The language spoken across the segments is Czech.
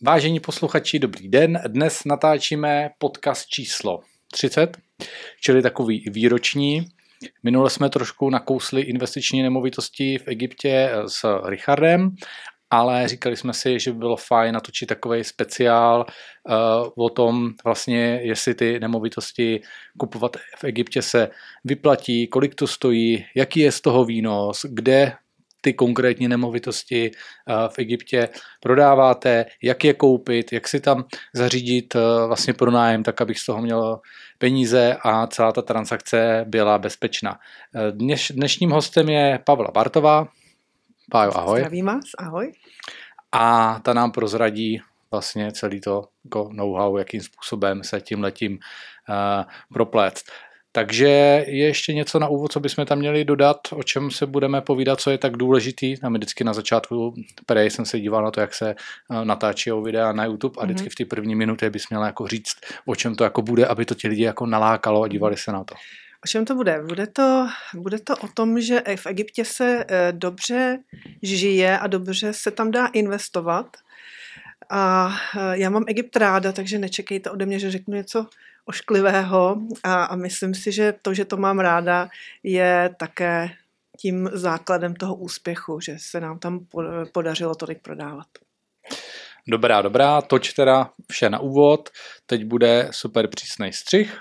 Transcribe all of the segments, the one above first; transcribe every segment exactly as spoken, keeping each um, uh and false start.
Vážení posluchači, dobrý den. Dnes natáčíme podcast číslo třicet, čili takový výroční. Minule jsme trošku nakousli investiční nemovitosti v Egyptě s Richardem, ale říkali jsme si, že by bylo fajn natočit takový speciál uh, o tom vlastně, jestli ty nemovitosti kupovat v Egyptě se vyplatí, kolik to stojí, jaký je z toho výnos, kde ty konkrétní nemovitosti v Egyptě prodáváte, jak je koupit, jak si tam zařídit vlastně pronájem, tak abych z toho měl peníze a celá ta transakce byla bezpečná. Dneš, dnešním hostem je Pavla Bartová. Pájo, ahoj. Zdravím vás, ahoj. A ta nám prozradí vlastně celý to jako know-how, jakým způsobem se tímhletím uh, propléct. Takže je ještě něco na úvod, co bychom tam měli dodat, o čem se budeme povídat, co je tak důležitý. A my vždycky na začátku, prej jsem se díval na to, jak se natáčí videa na YouTube a vždycky v té první minutě bys měla jako říct, o čem to jako bude, aby to ti lidi jako nalákalo a dívali se na to. O čem to bude? Bude to, bude to o tom, že v Egyptě se dobře žije a dobře se tam dá investovat. A já mám Egypt ráda, takže nečekejte ode mě, že řeknu něco ošklivého a, a myslím si, že to, že to mám ráda, je také tím základem toho úspěchu, že se nám tam podařilo tolik prodávat. Dobrá, dobrá, toč teda vše na úvod, teď bude super přísnej střih.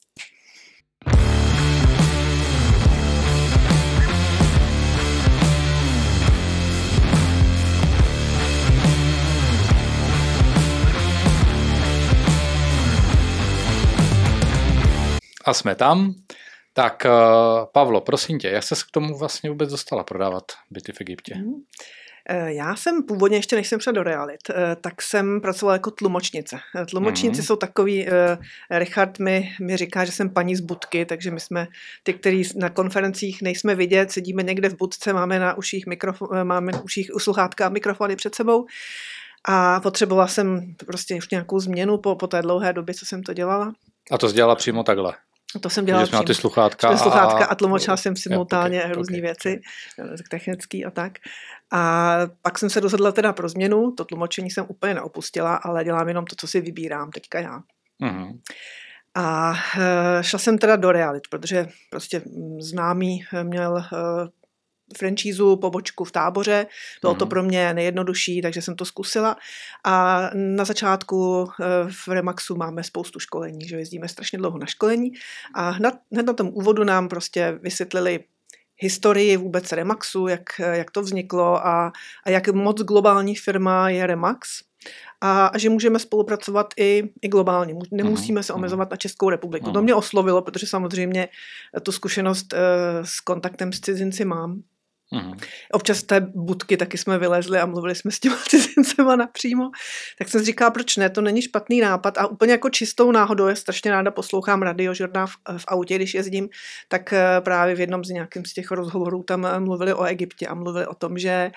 A jsme tam. Tak Pavlo, prosím tě, jak jsi se k tomu vlastně vůbec dostala prodávat byty v Egyptě? Já jsem původně, ještě než jsem přišla do realit, tak jsem pracovala jako tlumočnice. Tlumočníci mm. jsou takový, Richard mi, mi říká, že jsem paní z budky, takže my jsme ty, kteří na konferencích nejsme vidět, sedíme někde v budce, máme na uších, mikrofo- máme na uších sluchátka a mikrofony před sebou. A potřebovala jsem prostě už nějakou změnu po, po té dlouhé době, co jsem to dělala. A to jsi dělala přímo takhle? To jsem dělala přímo. Ty sluchátka, sluchátka a, a tlumočila jsem simultánně okay, různé okay, věci, okay. technický a tak. A pak jsem se rozhodla teda pro změnu, to tlumočení jsem úplně neopustila, ale dělám jenom to, co si vybírám teďka já. Mm-hmm. A šla jsem teda do realit, protože prostě známý měl franšízu, pobočku v Táboře. Bylo to pro mě nejjednodušší, takže jsem to zkusila. A na začátku v Remaxu máme spoustu školení, že jezdíme strašně dlouho na školení a hned, hned na tom úvodu nám prostě vysvětlili historii vůbec Remaxu, jak, jak to vzniklo a, a jak moc globální firma je Remax. A, a že můžeme spolupracovat i, i globálně. Nemusíme se omezovat na Českou republiku. To mě oslovilo, protože samozřejmě tu zkušenost s kontaktem s cizinci mám. Uhum. Občas z té budky taky jsme vylezli a mluvili jsme s těma cizincema napřímo. Tak jsem si říkala, proč ne, to není špatný nápad a úplně jako čistou náhodou, já strašně ráda poslouchám radiožurnál v, v autě, když jezdím, tak právě v jednom z nějakým z těch rozhovorů tam mluvili o Egyptě a mluvili o tom, že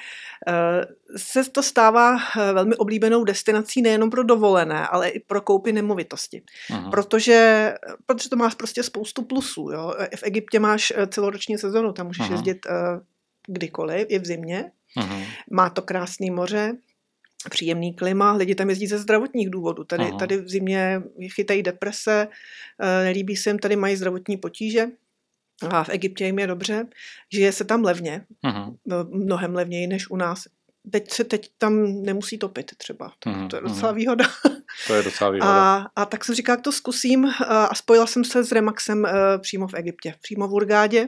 se to stává velmi oblíbenou destinací nejenom pro dovolené, ale i pro koupy nemovitosti. Protože, protože to má prostě spoustu plusů. Jo? V Egyptě máš celoroční sezonu, tam můžeš Aha. jezdit kdykoliv, i v zimě. Aha. Má to krásný moře, příjemný klima, lidi tam jezdí ze zdravotních důvodů. Tady, tady v zimě chytají deprese, nelíbí se jim, tady mají zdravotní potíže a v Egyptě jim je dobře. Žije se tam levně, Aha. mnohem levněji než u nás. Teď se teď tam nemusí topit třeba. To, to je docela výhoda. To je docela výhoda. A, a tak jsem říkala, jak to zkusím a spojila jsem se s Remaxem přímo v Egyptě, přímo v Hurghádě.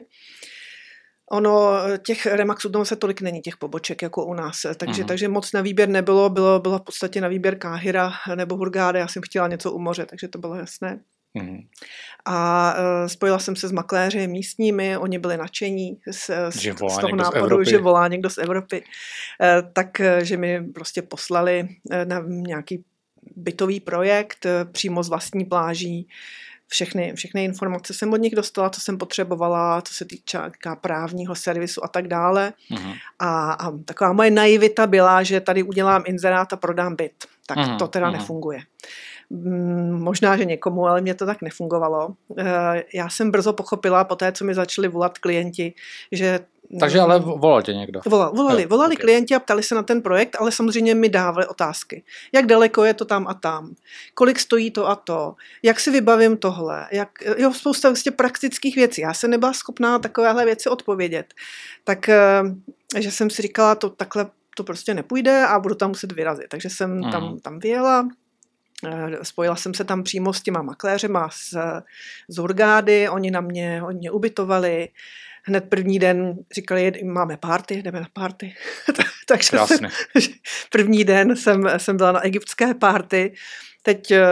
Ono, těch Remaxů tam se tolik není, těch poboček, jako u nás, takže, uh-huh. takže moc na výběr nebylo, bylo, bylo v podstatě na výběr Káhira nebo Hurgáda, já jsem chtěla něco u moře, takže to bylo jasné. Uh-huh. A uh, spojila jsem se s makléři místními, oni byli nadšení z, z, z toho nápadu, že volá někdo z Evropy, uh, tak, že mi prostě poslali uh, na nějaký bytový projekt uh, přímo z vlastní pláží. Všechny, všechny informace jsem od nich dostala, co jsem potřebovala, co se týče právního servisu a tak dále. Uh-huh. A, a taková moje naivita byla, že tady udělám inzerát a prodám byt. Tak uh-huh. to teda uh-huh. nefunguje. Možná, že někomu, ale mně to tak nefungovalo. Já jsem brzo pochopila, po té, co mi začali volat klienti, že Takže ale volal tě někdo? Volal, volali, jo, volali okay. klienti a ptali se na ten projekt, ale samozřejmě mi dávali otázky. Jak daleko je to tam a tam? Kolik stojí to a to? Jak si vybavím tohle? Jak, jo, spousta vlastně praktických věcí. Já se nebyla schopná takovéhle věci odpovědět. Tak, že jsem si říkala, to takhle to prostě nepůjde a budu tam muset vyrazit. Takže jsem mm. tam, tam vyjela. Spojila jsem se tam přímo s těma makléřema z, z Hurgády, oni na mě, oni mě ubytovali. Hned první den říkali, máme party, jdeme na party. Takže jsem, první den jsem, jsem byla na egyptské party. Teď uh,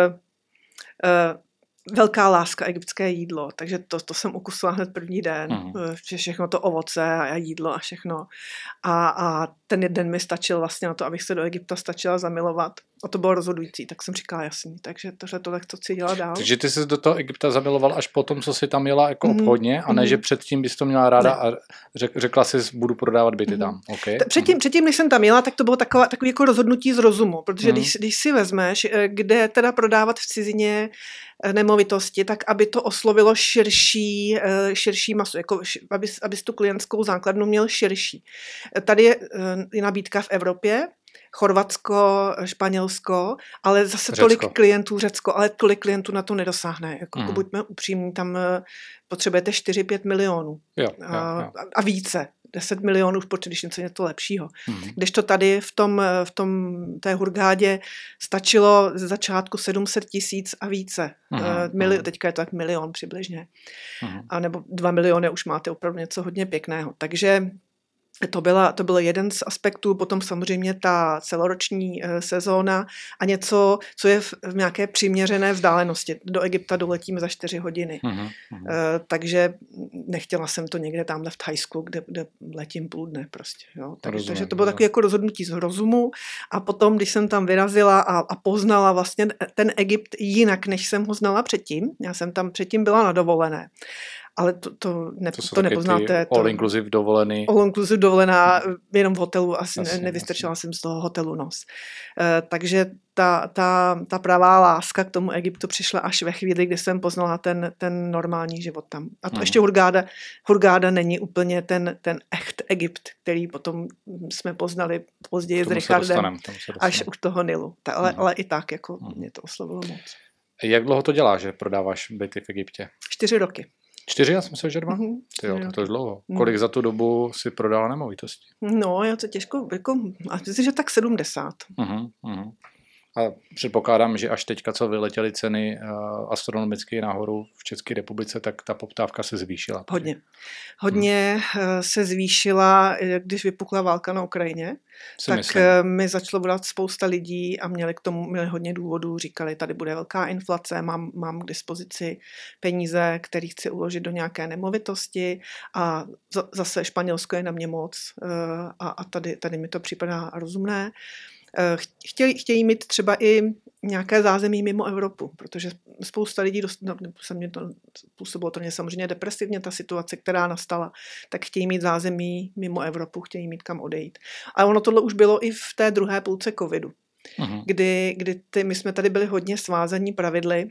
uh, velká láska, egyptské jídlo, takže to, to jsem ukusila hned první den, uh-huh. všechno to ovoce a jídlo a všechno. A, a ten jeden mi stačil vlastně na to, abych se do Egypta stačila zamilovat. A to bylo rozhodující, tak jsem říkala jasný, takže tohle to tak to chci dělat dál. Takže ty jsi do toho Egypta zamiloval až po tom, co jsi tam jela jako obchodně, mm-hmm. a ne, že předtím bys to měla ráda ne. a řek, řekla jsi, budu prodávat byty mm-hmm. tam. Okay. Předtím, mm-hmm. předtím, než jsem tam jela, tak to bylo taková, takový jako rozhodnutí z rozumu, protože mm-hmm. když, když si vezmeš, kde teda prodávat v cizině nemovitosti, tak aby to oslovilo širší, širší masu, jako abys, abys tu klientskou základnu měl širší. Tady je, je nabídka v Evropě, Chorvatsko, Španělsko, ale zase Řecko. tolik klientů, Řecko, ale tolik klientů na to nedosáhne. Jako, mm. buďme upřímní, tam potřebujete čtyři pět milionů jo, jo, a, jo. a více. deset milionů v počtu, když něco je to lepšího. Mm. Když to tady v tom, v tom té Hurgádě stačilo z začátku sedm set tisíc a více. Mm. Mili, teďka je to tak milion přibližně. Mm. A nebo dva miliony už máte opravdu něco hodně pěkného. Takže To, byla, to byl jeden z aspektů, potom samozřejmě ta celoroční e, sezóna a něco, co je v, v nějaké přiměřené vzdálenosti. Do Egypta doletím za čtyři hodiny. Uh-huh, uh-huh. E, takže nechtěla jsem to někde tamhle v Thajsku, kde, kde letím půl dne prostě. Jo. Tak, rozumím, takže to bylo takové jako rozhodnutí z rozumu a potom, když jsem tam vyrazila a, a poznala vlastně ten Egypt jinak, než jsem ho znala předtím, já jsem tam předtím byla na dovolené. Ale to, to, ne, to, to nepoznáte. All inclusive dovolený. All inclusive dovolená, jenom v hotelu, asi, asi ne, nevystrčila asi. jsem z toho hotelu nos. E, takže ta, ta, ta pravá láska k tomu Egyptu přišla až ve chvíli, kdy jsem poznala ten, ten normální život tam. A to hmm. ještě Hurgáda, Hurgáda není úplně ten, ten echt Egypt, který potom jsme poznali později s Richardem až u toho Nilu. Ta, ale, hmm. ale i tak, jako hmm. mě to oslovilo moc. Jak dlouho to děláš, že prodáváš byty v Egyptě? Čtyři roky. Čtyři, já jsem myslel, že dva? Mm-hmm. Ty jo, to je dlouho. Kolik za tu dobu si prodala nemovitosti? No, já to těžko, jako, a myslím, že tak sedmdesát. Uh-huh, uh-huh. A předpokládám, že až teďka, co vyletěly ceny uh, astronomicky nahoru v České republice, tak ta poptávka se zvýšila. Hodně. Hodně hmm. se zvýšila, když vypukla válka na Ukrajině, si tak myslím. mi začalo volat spousta lidí a měli k tomu měli hodně důvodů. Říkali, tady bude velká inflace, mám, mám k dispozici peníze, které chci uložit do nějaké nemovitosti a zase Španělsko je na mě moc a, a tady, tady mi to připadá rozumné. Chtějí, chtějí mít třeba i nějaké zázemí mimo Evropu, protože spousta lidí, dost, no, se mě to působilo to mě samozřejmě depresivně, ta situace, která nastala, tak chtějí mít zázemí mimo Evropu, chtějí mít kam odejít. A ono tohle už bylo i v té druhé půlce covidu, uh-huh. kdy, kdy ty, my jsme tady byli hodně svázaní pravidly,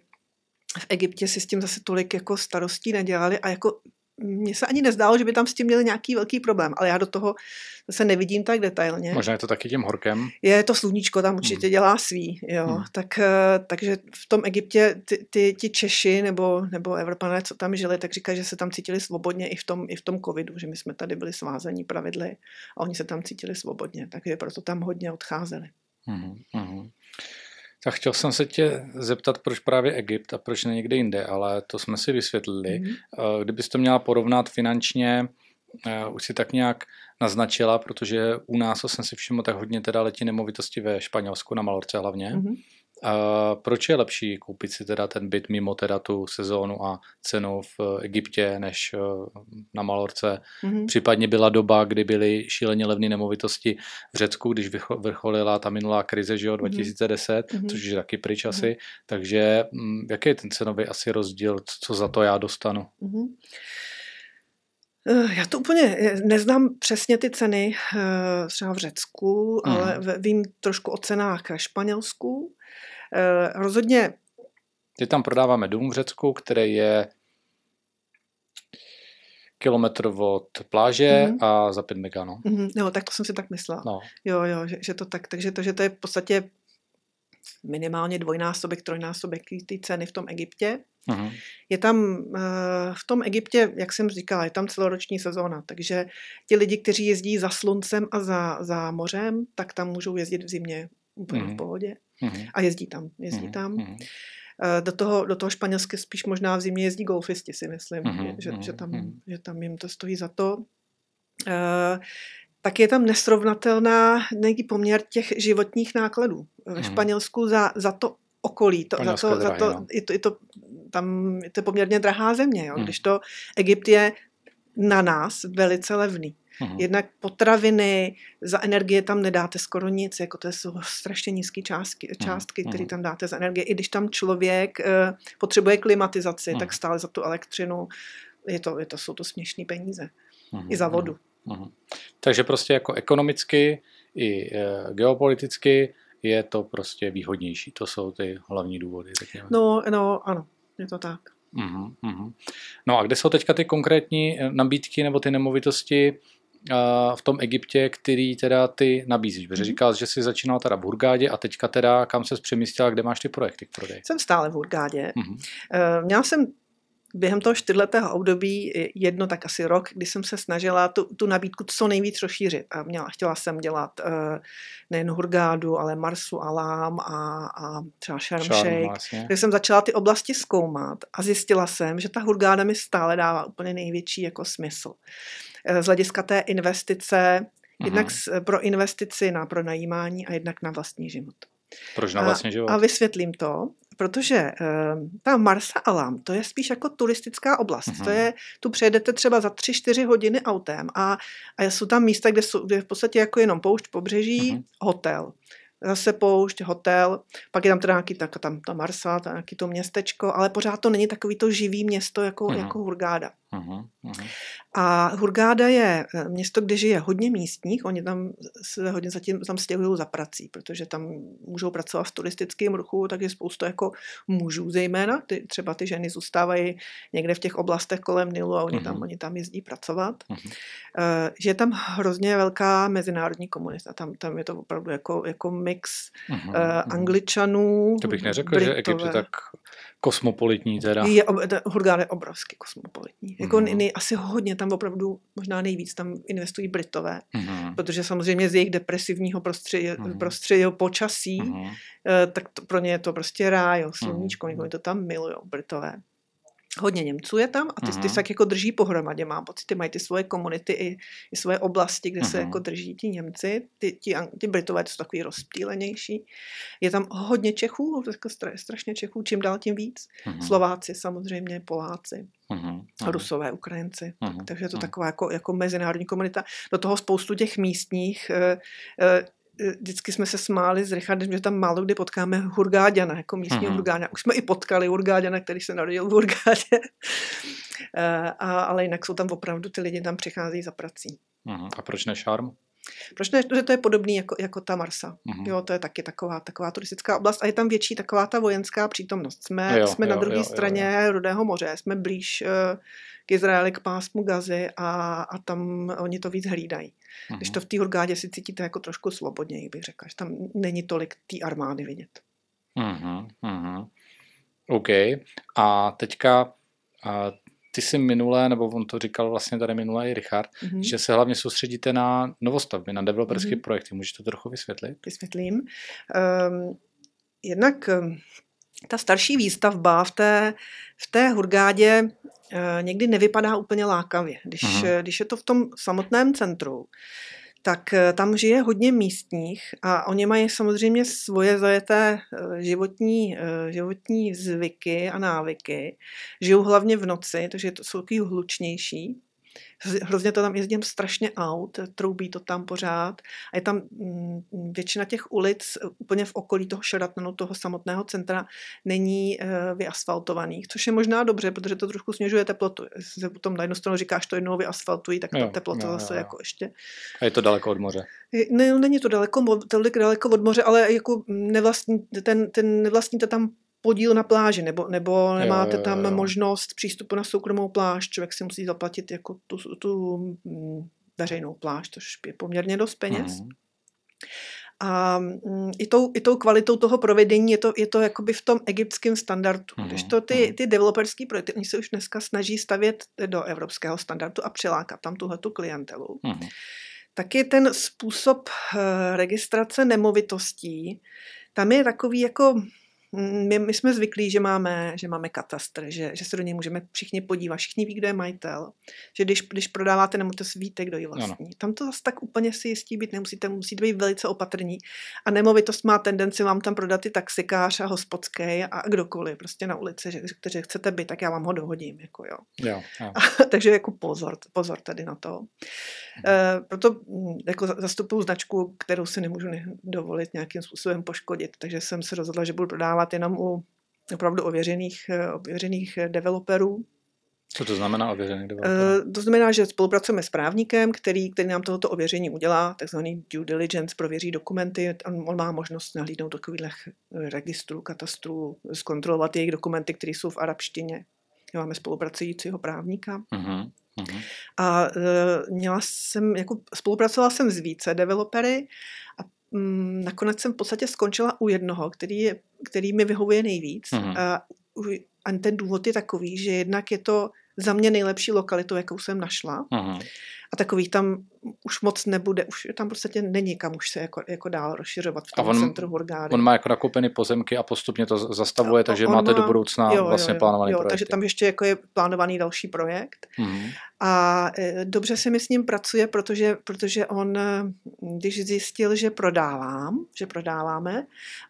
v Egyptě si s tím zase tolik jako starostí nedělali a jako mně se ani nezdálo, že by tam s tím měli nějaký velký problém, ale já do toho se nevidím tak detailně. Možná je to taky tím horkem. Je to sluníčko, tam určitě dělá svý, jo. Hmm. Tak, takže v tom Egyptě ty, ty, ty Češi nebo, nebo Evropané, co tam žili, tak říkají, že se tam cítili svobodně i v tom, i v tom covidu, že my jsme tady byli svázaní pravidly a oni se tam cítili svobodně, takže proto tam hodně odcházeli. Hmm. Hmm. Tak chtěl jsem se tě zeptat, proč právě Egypt a proč ne někde jinde, ale to jsme si vysvětlili. Mm-hmm. Kdybys to měla porovnat finančně, už si tak nějak naznačila, protože u nás, co jsem si všiml, tak hodně teda letí nemovitosti ve Španělsku, na Malorce hlavně. Mm-hmm. A proč je lepší koupit si teda ten byt mimo teda tu sezónu a cenu v Egyptě než na Malorce? Mm-hmm. Případně byla doba, kdy byly šíleně levné nemovitosti v Řecku, když vrcholila ta minulá krize, že jo, dva tisíce deset, mm-hmm. což je taky pryč asi. Mm-hmm. Takže jaký je ten cenový asi rozdíl, co za to já dostanu? Mm-hmm. Já to úplně neznám přesně ty ceny třeba v Řecku, mm. ale vím trošku o cenách v Španělsku. Rozhodně... Teď tam prodáváme dům v Řecku, který je kilometr od pláže mm. a za pět mega, no. Mm, no, tak to jsem si tak myslela. No. Jo, jo, že, že to tak, takže to, že to je v podstatě minimálně dvojnásobek, trojnásobek té ceny v tom Egyptě. Mm. Je tam v tom Egyptě, jak jsem říkala, je tam celoroční sezóna, takže ti lidi, kteří jezdí za sluncem a za, za mořem, tak tam můžou jezdit v zimě úplně mm. v pohodě. Mm. A jezdí tam, jezdí mm. tam. Mm. Do toho, do toho Španělska spíš možná v zimě jezdí golfisti, si myslím, mm. že, že, tam, že tam jim to stojí za to. Tak je tam nesrovnatelná nějaký poměr těch životních nákladů. Ve mm. Španělsku za, za to okolí, to, za to, drahý, za to, no. je to, je to, tam je to poměrně drahá země, jo? Mm. Když to Egypt je na nás velice levný. Mm. Jednak potraviny, za energie tam nedáte skoro nic, jako to jsou strašně nízké částky, částky mm. které tam dáte za energie. I když tam člověk uh, potřebuje klimatizaci, mm. tak stále za tu elektřinu je to, je to, jsou to směšné peníze. Mm. I za vodu. Mm. Takže prostě jako ekonomicky i uh, geopoliticky je to prostě výhodnější. To jsou ty hlavní důvody. Řekněme. No, no, ano, je to tak. Uhum, uhum. No a kde jsou teďka ty konkrétní nabídky nebo ty nemovitosti uh, v tom Egyptě, který teda ty nabízíš? Protože říkal, že jsi začínal teda v Hurgádě a teďka teda kam ses přemístila, kde máš ty projekty k prodeji? Jsem stále v Hurgádě. Uh, měla jsem během toho čtyřletého období jedno tak asi rok, kdy jsem se snažila tu, tu nabídku co nejvíc rozšířit. A měla, chtěla jsem dělat uh, nejen Hurgádu, ale Marsu Alam a, a třeba Sharm Sheikh. Vlastně. Takže jsem začala ty oblasti zkoumat a zjistila jsem, že ta Hurgáda mi stále dává úplně největší jako smysl. Z hlediska té investice, uh-huh. jednak pro investici na pronajímání a jednak na vlastní život. Proč na vlastní život? A, a vysvětlím to. Protože uh, ta Marsa Alam, to je spíš jako turistická oblast. Uh-huh. To je, tu přejedete třeba za tři čtyři hodiny autem a, a jsou tam místa, kde, jsou, kde je v podstatě jako jenom poušť, pobřeží, uh-huh. hotel. Zase poušť, hotel, pak je tam teda nějaký, tak, tam ta Marsa, tam nějaký to městečko, ale pořád to není takový to živý město jako, uh-huh. jako Hurgáda. Uh-huh. Uh-huh. A Hurgáda je město, kde žije hodně místních, oni tam se hodně zatím tam stěhují za prací, protože tam můžou pracovat v turistickém ruchu, takže spoustu jako mužů zejména, ty, třeba ty ženy zůstávají někde v těch oblastech kolem Nilu a oni, uh-huh. tam, oni tam jezdí pracovat. Uh-huh. Uh, že je tam hrozně velká mezinárodní komunita, tam, tam je to opravdu jako, jako mix uh-huh. uh, Angličanů, to bych neřekl, Britové. Že Egypt je tak kosmopolitní teda. Je, Hurgáda je obrovsky kosmopolitní. Jako uh-huh. nej, asi hodně tam opravdu, možná nejvíc tam investují Britové, uh-huh. protože samozřejmě z jejich depresivního prostředí, uh-huh. prostředí počasí, uh-huh. tak to, pro ně je to prostě ráj, sluníčko, uh-huh. oni to tam milujou, Britové. Hodně Němců je tam a ty, uh-huh. ty se tak jako drží pohromadě, mám pocit, ty mají ty svoje komunity i, i svoje oblasti, kde uh-huh. se jako drží ti Němci, ty, ti, ti Britové to jsou takový rozptýlenější. Je tam hodně Čechů, jako strašně Čechů, čím dál tím víc. Uh-huh. Slováci samozřejmě, Poláci, uh-huh. Rusové, Ukrajinci. Uh-huh. Tak, takže je to uh-huh. taková jako, jako mezinárodní komunita. Do toho spoustu těch místních uh, uh, vždycky jsme se smáli s Richardem, že tam málo kdy potkáme Hurgáďana, jako místního uh-huh. Hurgáďana. Už jsme i potkali Hurgáďana, který se narodil v Hurgádě. A, ale jinak jsou tam opravdu, ty lidi tam přicházejí za prací. Uh-huh. A proč ne Šarm? Proč ne, že to je podobný jako, jako ta Marsa. Uh-huh. Jo, to je taky taková, taková turistická oblast a je tam větší taková ta vojenská přítomnost. Jsme, jo, jsme jo, na druhé straně jo, jo. Rudého moře, jsme blíž uh, k Izraeli, k pásmu Gazy a, a tam oni to víc hlídají. Uh-huh. Když to v té Hurgádě si cítíte jako trošku svobodněji, bych řekla, že tam není tolik té armády vidět. Uh-huh, uh-huh. OK. A teďka uh, ty jsi minule, nebo on to říkal vlastně tady minule i Richard, mm-hmm. že se hlavně soustředíte na novostavby, na developerské mm-hmm. projekty. Můžeš to trochu vysvětlit? Vysvětlím. Um, jednak um, ta starší výstavba v té, v té Hurgádě uh, někdy nevypadá úplně lákavě. Když, mm-hmm. když je to v tom samotném centru, tak tam žije hodně místních a oni mají samozřejmě svoje zajeté životní, životní zvyky a návyky. Žijou hlavně v noci, takže to jsou takový hlučnější. Hrozně to tam jezdím strašně aut, troubí to tam pořád a je tam většina těch ulic úplně v okolí toho Sheratonu, toho samotného centra, není vyasfaltovaných, což je možná dobře, protože to trošku snižuje teplotu. Jestli se potom na jednu stranu říkáš, to jednou vyasfaltují, tak ta teplota jo, zase jo, jo. jako ještě... A je to daleko od moře? Ne, není to daleko, tolik daleko od moře, ale jako nevlastní, ten, ten nevlastníte tam podíl na pláži, nebo, nebo nemáte jo, jo, jo. tam možnost přístupu na soukromou pláž, člověk si musí zaplatit jako tu, tu mm, veřejnou pláž, což je poměrně dost peněz. Mm. A mm, i, tou, i tou kvalitou toho provedení je to, je to jakoby v tom egyptském standardu. Mm. Když to ty, ty developerský projekty, oni se už dneska snaží stavět do evropského standardu a přilákat tam tuhletu klientelu. Mm. Tak je ten způsob uh, registrace nemovitostí, tam je takový jako, my, my jsme zvyklí, že máme, že máme katastr, že, že se do něj můžeme všichni podívat, všichni ví, kdo je majitel, že když, když prodáváte nemovitost, víte, kdo ji vlastní. No. Tam to zase tak úplně si jistí být nemusíte, musíte být velice opatrní. A nemovitost má tendenci vám tam prodat i taxikář a hospodský a kdokoliv, prostě na ulici, že, kteří chcete být, tak já vám ho dohodím. Jako jo. Jo, jo. A, takže jako pozor, pozor tady na to. Hmm. E, proto jako zastupuju značku, kterou si nemůžu dovolit nějakým způsobem poškodit, takže jsem se rozhodla, že budu prodávat jenom u opravdu ověřených, ověřených developerů. Co to znamená ověřený developer? To znamená, že spolupracujeme s právníkem, který, který nám tohoto ověření udělá, takzvaný due diligence, prověří dokumenty. On, on má možnost nahlídnout do takových registrů, katastrů, zkontrolovat jejich dokumenty, které jsou v arabštině. Máme spolupracujícího právníka. Uh-huh. Uh-huh. A uh, měla jsem, jako spolupracovala jsem s více developery a um, nakonec jsem v podstatě skončila u jednoho, který, je, který mi vyhovuje nejvíc. Uh-huh. A, a ten důvod je takový, že jednak je to za mě nejlepší lokalitu, jakou jsem našla. Uh-huh. A takových tam už moc nebude, už tam prostě není kam už se jako, jako dál rozšiřovat v tom on, centru Hurgády. On má jako nakoupeny pozemky a postupně to zastavuje, a takže máte má, do budoucna jo, vlastně jo, jo, plánovaný jo, projekt. Takže tam ještě jako je plánovaný další projekt. Uh-huh. A e, dobře se mi s ním pracuje, protože, protože on, když zjistil, že prodávám, že prodáváme,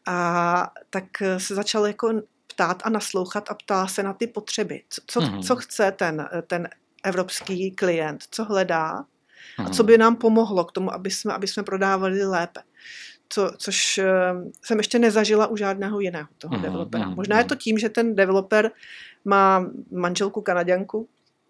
a tak se začal jako ptát a naslouchat a ptá se na ty potřeby. Co, co, uh-huh. co chce ten, ten evropský klient, co hledá uh-huh. a co by nám pomohlo k tomu, aby jsme, aby jsme prodávali lépe. Co, což uh, jsem ještě nezažila u žádného jiného toho uh-huh. developera. Možná je to tím, že ten developer má manželku Kanaďanku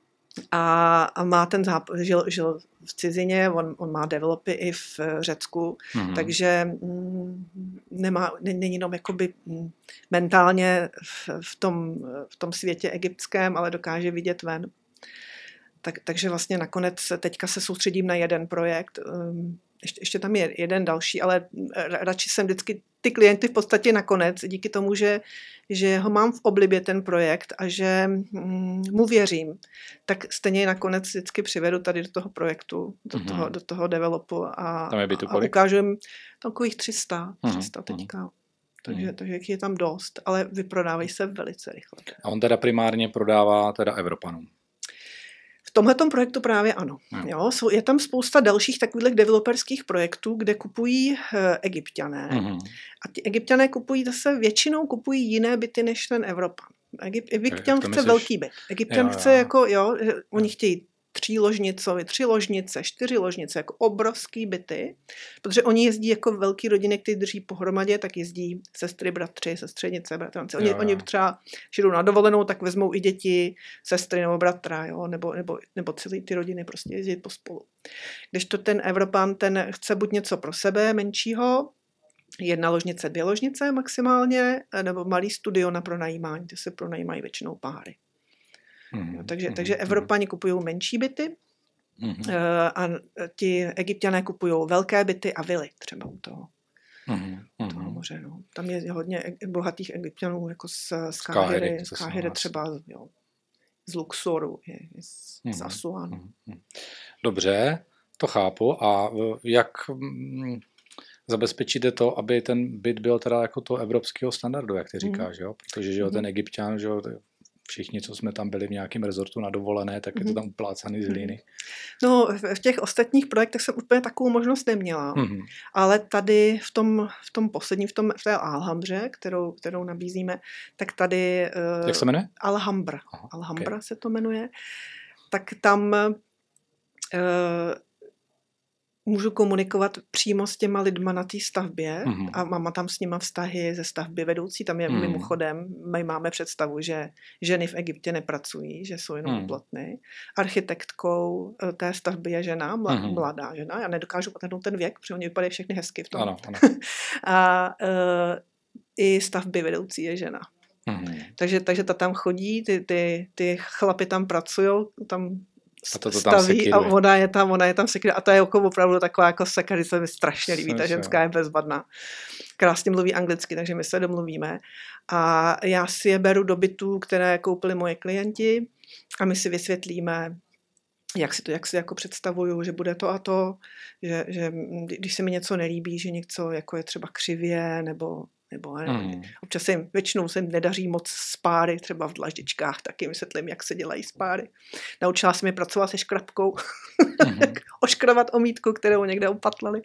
a, a má ten západ, žil, žil v cizině, on, on má developy i v Řecku, mm-hmm. takže mm, nemá, není jenom jakoby mm, mentálně v, v, tom, v tom světě egyptském, ale dokáže vidět ven. Tak, takže vlastně nakonec teďka se soustředím na jeden projekt. Ještě, ještě tam je jeden další, ale radši jsem vždycky ty klienty v podstatě nakonec, díky tomu, že, že ho mám v oblibě ten projekt a že mm, mu věřím, tak stejně nakonec vždycky přivedu tady do toho projektu, do, mm-hmm. toho, do toho developu a, a ukážu jim takových tři sta, tři sta mm-hmm. teďka. Takže, mm. takže je tam dost, ale vyprodávají se velice rychle. A on teda primárně prodává teda Evropanům. V tomhletom projektu právě ano. No. Jo, je tam spousta dalších takových developerských projektů, kde kupují e, Egypťané. Mm-hmm. A ti Egypťané kupují zase, většinou kupují jiné byty než ten Evropan. Egypt, Egypťan chce myslíš? Velký byt. Egypťan jo, jo. chce jako, jo, oni chtějí tří ložnicové, tři ložnice, čtyři ložnice, jako obrovský byty, protože oni jezdí jako velký rodiny, kteří drží pohromadě, tak jezdí sestry, bratři, sestřenice, bratranci. Oni, jo, jo. oni třeba, když jdou na dovolenou, tak vezmou i děti, sestry nebo bratra, jo, nebo, nebo, nebo celé ty rodiny prostě jezdí pospolu. Když to ten Evropan, ten chce buď něco pro sebe menšího, jedna ložnice, dvě ložnice maximálně, nebo malý studio na pronajímání, ty se pronajímají většinou páry. Mm, takže, mm, takže Evropani mm. kupují menší byty mm. a ti Egypťané kupují velké byty a vily třeba u toho, mm, toho moře. No. Tam je hodně bohatých Egypťanů jako z, z Káhiry, z Káhiry třeba jo, z Luxoru, je, je z, mm, z Asuánu. Mm. Dobře, to chápu. A jak zabezpečíte to, aby ten byt byl teda jako to evropského standardu, jak ty říkáš, mm. jo? Protože že jo, ten Egypťan, že jo, všichni, co jsme tam byli v nějakém rezortu na dovolené, tak je to tam uplácaný z hlíny. No, v těch ostatních projektech jsem úplně takovou možnost neměla. Mm-hmm. Ale tady v tom, v tom posledním, v, tom, v té Alhambře, kterou, kterou nabízíme, tak tady... Jak se jmenuje? Alhambra. Aha, Alhambra okay. se to jmenuje. Tak tam... Uh, můžu komunikovat přímo s těma lidma na té stavbě mm-hmm. a mám tam s nima vztahy ze stavby vedoucí. Tam je mm. mimochodem, my máme představu, že ženy v Egyptě nepracují, že jsou jenom úplatny. Mm. Architektkou té stavby je žena, mla, mm-hmm. mladá žena. Já nedokážu odhadnout ten věk, protože oni vypadají všechny hezky v tom. Ano, ano. A uh, i stavby vedoucí je žena. Mm-hmm. Takže, takže ta tam chodí, ty, ty, ty chlapy tam pracují, tam a to to staví tam a ona je tam, ona je tam sekiruje. A to je jako opravdu taková jako sekary, se mi strašně líbí, ta ženská je bezvadná. Krásně mluví anglicky, takže my se domluvíme. A já si je beru do bytů, které koupili moje klienti a my si vysvětlíme, jak si to jak si jako představuju, že bude to a to, že, že když se mi něco nelíbí, že něco jako je třeba křivě, nebo nebo mm. občas se jim, většinou se jim nedaří moc spáry, třeba v dlaždičkách, taky vysvětlím, jak se dělají spáry. Naučila jsem je pracovat se škrabkou, mm. oškrabat omítku, kterou někde upatlali.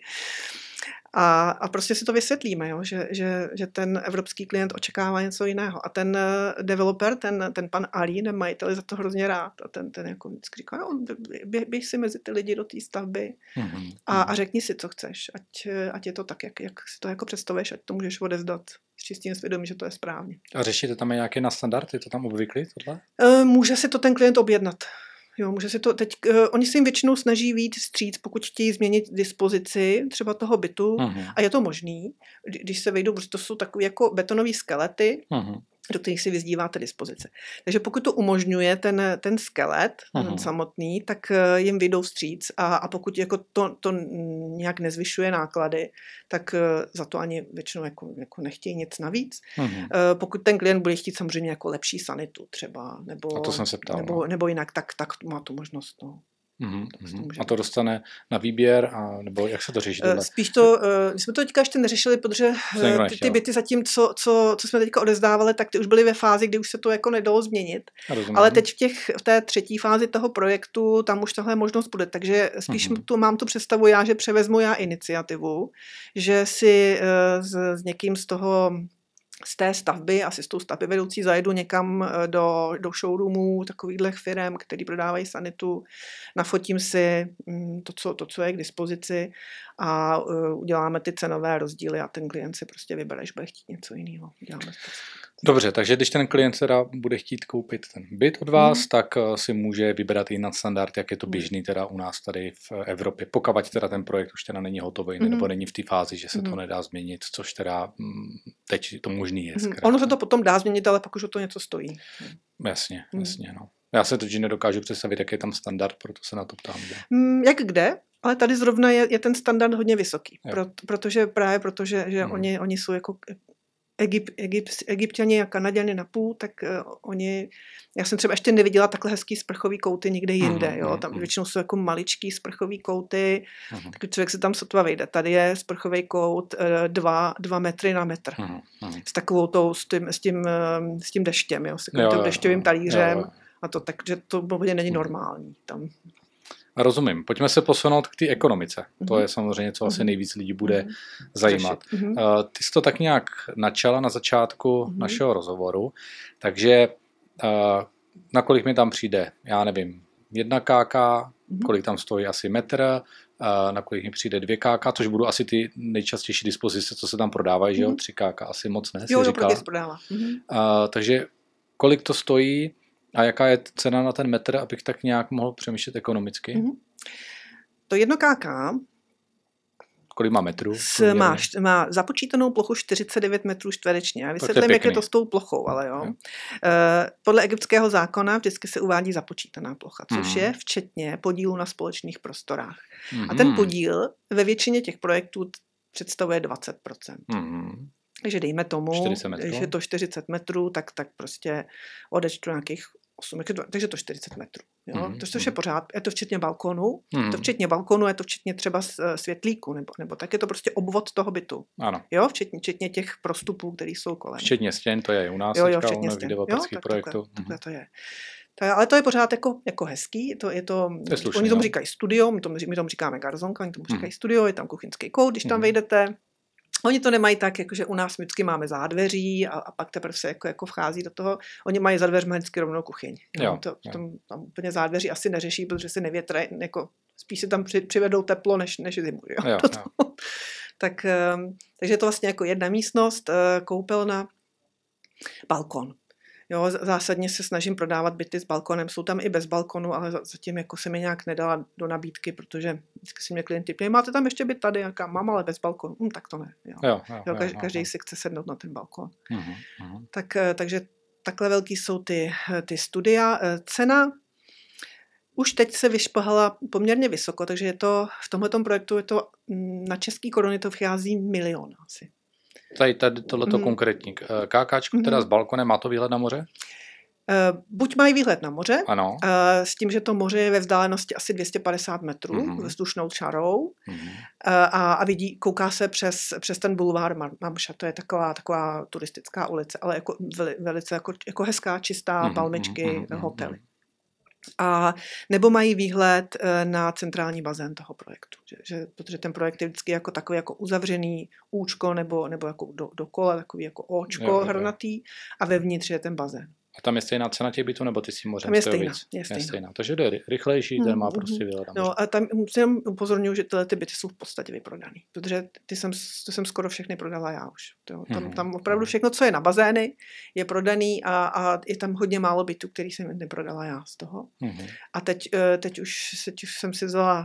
A, a prostě si to vysvětlíme, jo? Že, že, že ten evropský klient očekává něco jiného. A ten developer, ten, ten pan Ali, ten majitel, je za to hrozně rád. A ten, ten jako vždycky říká, no, běž, běž si mezi ty lidi do té stavby mm-hmm. a, a řekni si, co chceš. Ať, ať je to tak, jak, jak si to jako představuješ, ať to můžeš odevzdat s čistým svědomí, že to je správně. A řešíte tam nějaké na standard? Je to tam obvyklý tohle? Může si to ten klient objednat. Jo, může si to teď, uh, oni se jim většinou snaží vyjít vstříc, pokud chtějí změnit dispozici třeba toho bytu uh-huh. a je to možný, když se vejdou, protože to jsou takové jako betonové skelety, uh-huh. do kterých si vyzdíváte dispozice. Takže pokud to umožňuje ten, ten skelet, uh-huh. ten samotný, tak uh, jim vyjdou vstříc a, a pokud jako to, to nějak nezvyšuje náklady, tak uh, za to ani většinou jako, jako nechtějí nic navíc. Uh-huh. Uh, pokud ten klient bude chtít samozřejmě jako lepší sanitu třeba, nebo, a to jsem se ptal, nebo, no. nebo jinak, tak, tak má tu možnost. No. Uhum, uhum. A to dostane na výběr, a, nebo jak se to řeší? Tohle? Spíš to, my jsme to teďka ještě neřešili, protože ty, ty byty zatím, co, co, co jsme teďka odezdávali, tak ty už byly ve fázi, kdy už se to jako nedalo změnit. Ale teď v, těch, v té třetí fázi toho projektu, tam už tahle možnost bude, takže spíš uhum. tu mám tu představu já, že převezmu já iniciativu, že si s, s někým z toho z té stavby, asi s tou stavby vedoucí zajedu někam do, do showroomů takovýchhle firem, který prodávají sanitu, nafotím si to co, to, co je k dispozici a uh, uděláme ty cenové rozdíly a ten klient si prostě vybere, že bude chtít něco jiného. Dobře, takže když ten klient teda bude chtít koupit ten byt od vás, hmm. tak si může vybrat i nadstandard, jak je to běžný teda u nás tady v Evropě. Pokud teda ten projekt už teda není hotový, hmm. nebo není v té fázi, že se hmm. to nedá změnit, což teda teď to možný je. Hmm. Ono se to potom dá změnit, ale pak už o to něco stojí. Jasně, jasně, no. Já se totiž nedokážu představit, jak je tam standard, proto se na to ptám. Hmm, jak kde? Ale tady zrovna je, je ten standard hodně vysoký, Pro, protože právě protože že hmm. oni, oni jsou jako Egypt, Egypt, Egypťani a Kanaděni na půl, tak uh, oni, já jsem třeba ještě neviděla takhle hezký sprchový kouty nikde jinde, mm, jo, tam mm, většinou jsou jako maličký sprchový kouty, mm. tak člověk se tam sotva vejde. Tady je sprchový kout uh, dva, dva metry na metr. Mm, mm. S takovou tou, s tím, s tím, uh, s tím deštěm, jo, s tím dešťovým talířem jo, jo. a to, takže to úplně není normální tam. Rozumím. Pojďme se posunout k té ekonomice. Mm-hmm. To je samozřejmě, co asi nejvíc lidí bude mm-hmm. zajímat. Mm-hmm. Ty jsi to tak nějak načala na začátku mm-hmm. našeho rozhovoru, takže na kolik mi tam přijde, já nevím, jedna káka, mm-hmm. kolik tam stojí asi metr, na kolik mi přijde dvě káka, což budou asi ty nejčastější dispozice, co se tam prodávají, mm-hmm. že jo, tři káka asi moc ne, jo, si říkala. Jo, jo, prodává. Mm-hmm. Takže kolik to stojí, a jaká je cena na ten metr, abych tak nějak mohl přemýšlet ekonomicky? Mm-hmm. To jedno káka kolik má metrů? Má, má započítanou plochu čtyřicet devět metrů čtvereční. Já vysvětlím, jak je to s tou plochou, ale jo. jo. E, podle egyptského zákona vždycky se uvádí započítaná plocha, což mm. je včetně podílu na společných prostorách. Mm. A ten podíl ve většině těch projektů představuje dvacet procent. Mm. Takže dejme tomu, že je to čtyřicet metrů, tak, tak prostě odečtu nějakých osm, takže to čtyřicet metrů. Jo? Mm, to, je pořád, je to včetně balkonu, mm. je to včetně balkonu, je to včetně třeba světlíku, nebo, nebo tak je to prostě obvod toho bytu. Ano. Jo? Včetně, včetně těch prostupů, které jsou kolem. Včetně stěn, to je u nás, jo, jo, včetně stěn. Jo, tak, projektu. Takhle, takhle to je. To je. Ale to je pořád jako, jako hezký, to je to, to je slušný, oni tomu říkají studio, my tomu, my tomu říkáme garzonka, oni tomu mm. říkají studio, je tam kuchyňský kout, když tam mm. vejdete. Oni to nemají tak, jakože u nás vždycky máme zádveří a, a pak teprve se jako, jako vchází do toho. Oni mají za dveřma vždycky rovnou kuchyň. Jo, to, jo. Tam, tam úplně zádveří asi neřeší, protože si nevětrají, jako spíš si tam při, přivedou teplo, než, než zimu. Jo? Jo, jo. Tak, takže je to vlastně jako jedna místnost, koupelna, balkon. Jo, zásadně se snažím prodávat byty s balkonem, jsou tam i bez balkonu, ale zatím jako se mi nějak nedala do nabídky, protože vždycky si mě klienti ptají, máte tam ještě byt tady? Jaká, mám, ale bez balkonu. Hm, tak to ne. Jo. Jo, jo, jo, každý, jo, každý jo. si chce sednout na ten balkon. Uh-huh, uh-huh. Tak, takže takhle velký jsou ty, ty studia. Cena už teď se vyšplhala poměrně vysoko, takže je to, v tomhletom projektu je to na český koruny to vchází milion asi. Tady, tady tohleto mm. konkrétní. Kákáčko teda mm. s balkonem, má to výhled na moře? Uh, buď mají výhled na moře, ano. Uh, s tím, že to moře je ve vzdálenosti asi dvě stě padesát metrů mm-hmm. vzdušnou čarou mm-hmm. uh, a, a vidí, kouká se přes, přes ten bulvár Mamša, to je taková, taková turistická ulice, ale jako veli, velice jako, jako hezká, čistá, mm-hmm. palmičky, mm-hmm. hotely. A nebo mají výhled na centrální bazén toho projektu, že, že, protože ten projekt je vždycky jako takový jako uzavřený účko nebo, nebo jako do, dokola, takový jako očko jo, jo, jo. hrnatý a vevnitř je ten bazén. A tam je stejná cena těch bytů, nebo ty si mořem? Tam je stejná, je stejná. Je stejná. Takže jde rychlejší, ten má prostě výhled. No a tam musím upozorňuji, že tyhle ty byty jsou v podstatě vyprodaný, protože ty jsem, ty jsem skoro všechny prodala já už. To, tam, mm-hmm. tam opravdu všechno, co je na bazény, je prodaný a, a je tam hodně málo bytů, který jsem neprodala já z toho. Mm-hmm. A teď, teď, už, teď už jsem si vzala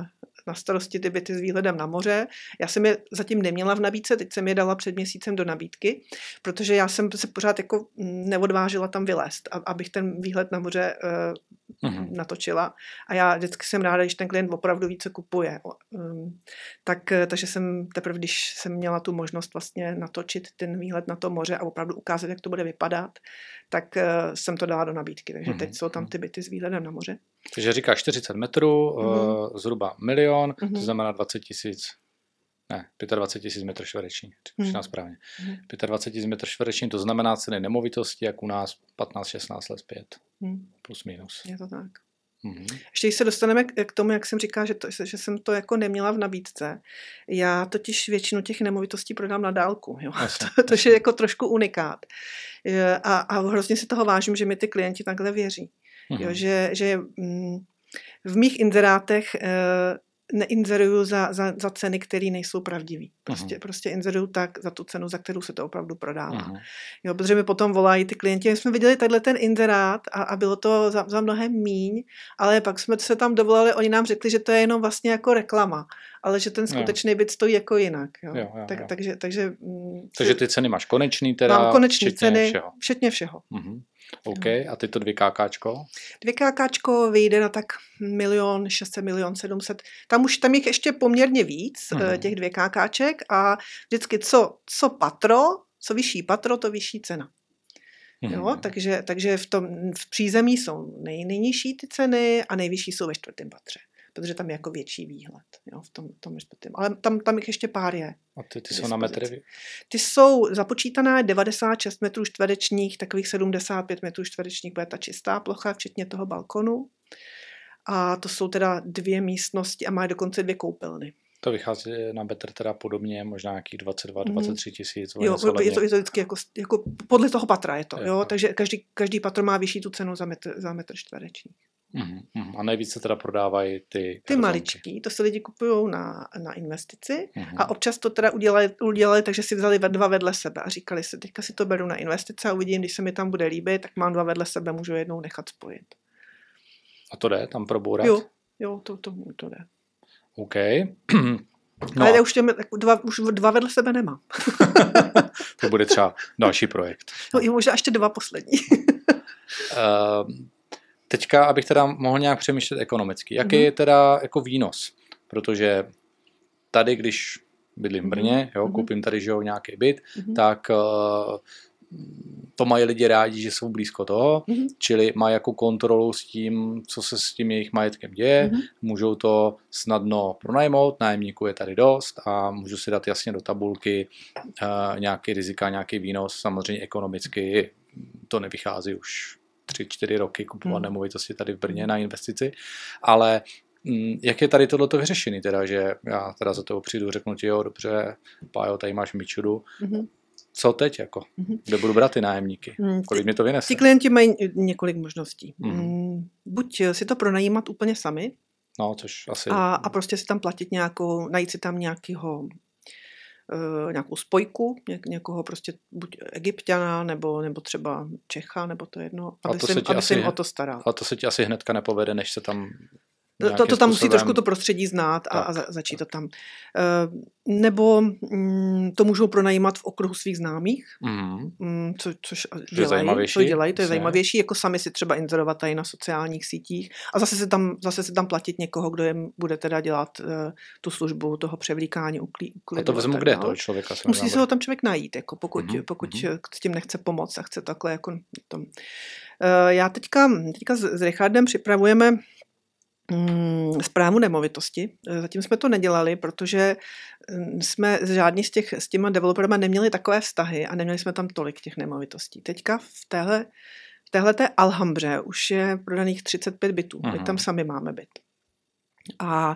na starosti ty byty s výhledem na moře. Já jsem je zatím neměla v nabídce, teď jsem je dala před měsícem do nabídky, protože já jsem se pořád jako neodvážila tam vylézt, abych ten výhled na moře uh, uh-huh. natočila. A já vždycky jsem ráda, když ten klient opravdu více kupuje. Um, tak, takže jsem teprve, když jsem měla tu možnost vlastně natočit ten výhled na to moře a opravdu ukázat, jak to bude vypadat, tak uh, jsem to dala do nabídky. Takže uh-huh. teď jsou tam ty byty s výhledem na moře. Takže říkáš čtyřicet metrů, uh-huh. uh, zhruba milion, uh-huh. to znamená dvacet tisíc. Ne, dvacet pět tisíc metrů čtvereční, hmm. správně. Hmm. dvacet pět tisíc metrů čtvereční, to znamená ceny nemovitosti, jak u nás patnáct šestnáct let zpět. Hmm. Plus minus. Je to tak. Hmm. Ještě když se dostaneme k tomu, jak jsem říkala, že, to, že jsem to jako neměla v nabídce. Já totiž většinu těch nemovitostí prodám na dálku. Jo? Jasně, to, to je jako trošku unikát. A, a hrozně si toho vážím, že mi ty klienti takhle věří. Hmm. Jo, že, že mm, v mých inzerátech neinzeruju za, za, za ceny, které nejsou pravdivý. Prostě, uh-huh. prostě inzeruju tak za tu cenu, za kterou se to opravdu prodává. Uh-huh. Jo, protože mi potom volají ty klienti, my jsme viděli tadyhle ten inzerát a, a bylo to za, za mnohem míň, ale pak jsme se tam dovolali, oni nám řekli, že to je jenom vlastně jako reklama, ale že ten skutečný byt stojí jako jinak. Jo. Jo, jo, tak, jo. Takže, takže, mm, takže ty ceny máš konečný teda? Mám konečný včetně ceny, všeho. Včetně všeho. Uh-huh. OK, a ty to dvě kákáčko? Dvě kákáčko vyjde na tak milion, šestset, milion, sedmset. Tam už tam je ještě poměrně víc, uh-huh. těch dvě kákáček a vždycky co, co patro, co vyšší patro, to vyšší cena. Uh-huh. Jo, takže, takže v, tom, v přízemí jsou nej, nejnižší ty ceny a nejvyšší jsou ve čtvrtém patře. Protože tam je jako větší výhled. Jo, v tom, tom čtvrtém. Ale tam, tam jich ještě pár je. A ty, ty jsou na metry? Ty jsou započítané devadesát šest metrů čtverečních, takových sedmdesát pět metrů čtverečních bude ta čistá plocha, včetně toho balkonu. A to jsou teda dvě místnosti a má dokonce dvě koupelny. To vychází na metr teda podobně, možná nějakých dvacet dva, dvacet tři tisíc. Jo, je to, je to vždycky jako, jako podle toho patra je to. Jo, jo. Takže každý, každý patro má vyšší tu cenu za metr, za metr čtvereční. Uhum. A nejvíce teda prodávají ty Ty maličký, to si lidi kupují na, na investici uhum. A občas to teda udělali, udělali, takže si vzali dva vedle sebe a říkali si, teďka si to beru na investice a uvidím, když se mi tam bude líbit, tak mám dva vedle sebe, můžu jednou nechat spojit. A to jde tam probourat? Jo, jo, to, to, to jde. OK. No. Ale já už, těmi, dva, už dva vedle sebe nemám. To bude třeba další projekt. No, jo, možná ještě dva poslední. uh, Teďka, abych teda mohl nějak přemýšlet ekonomicky. Jaký mm-hmm. je teda jako výnos? Protože tady, když bydlím v Brně, jo, mm-hmm. koupím tady, že jo, nějaký byt, mm-hmm. tak uh, to mají lidi rádi, že jsou blízko toho, mm-hmm. čili mají jako kontrolu s tím, co se s tím jejich majetkem děje, mm-hmm. můžou to snadno pronajmout, nájemníků je tady dost a můžu si dát jasně do tabulky uh, nějaký rizika, nějaký výnos, samozřejmě ekonomicky to nevychází už tři, čtyři roky kupovat hmm. nemovitosti tady v Brně na investici, ale m, jak je tady tohleto vyřešený, teda, že já teda za toho přijdu, řeknu ti, jo, dobře, Pájo, tady máš mičudu, hmm. co teď, jako, hmm. kde budu brát ty nájemníky, hmm. kolik mi to vynese? Ti klienti mají několik možností. Hmm. Buď si to pronajímat úplně sami, no, což asi... a, a prostě si tam platit nějakou, najít si tam nějakýho uh, nějakou spojku, ně, někoho prostě buď Egypťana, nebo, nebo třeba Čecha, nebo to jedno, aby to se, se, aby asi, se jim o to staral. Ale to se ti asi hnedka nepovede, než se tam... To, to tam musí trošku to prostředí znát a, a za, začít to tam. Uh, nebo mm, to můžou pronajímat v okruhu svých známých, mm. Mm, co, což dělají, co dělají, to je zajímavější, jako sami si třeba inzerovat tady na sociálních sítích a zase se tam, zase se tam platit někoho, kdo jim bude teda dělat uh, tu službu toho převlíkání, uklí, uklidu. A to vezmu kde toho člověka? Se musí se ho tam člověk najít, jako pokud, mm-hmm. pokud mm-hmm. s tím nechce pomoct a chce takhle jako tom. Uh, já teďka, teďka s, s Richardem připravujeme správu nemovitosti. Zatím jsme to nedělali, protože jsme žádný z těch s těma developerama neměli takové vztahy a neměli jsme tam tolik těch nemovitostí. Teďka v téhle, v téhleté Alhambře už je prodaných třicet pět bytů. Aha. My tam sami máme byt. A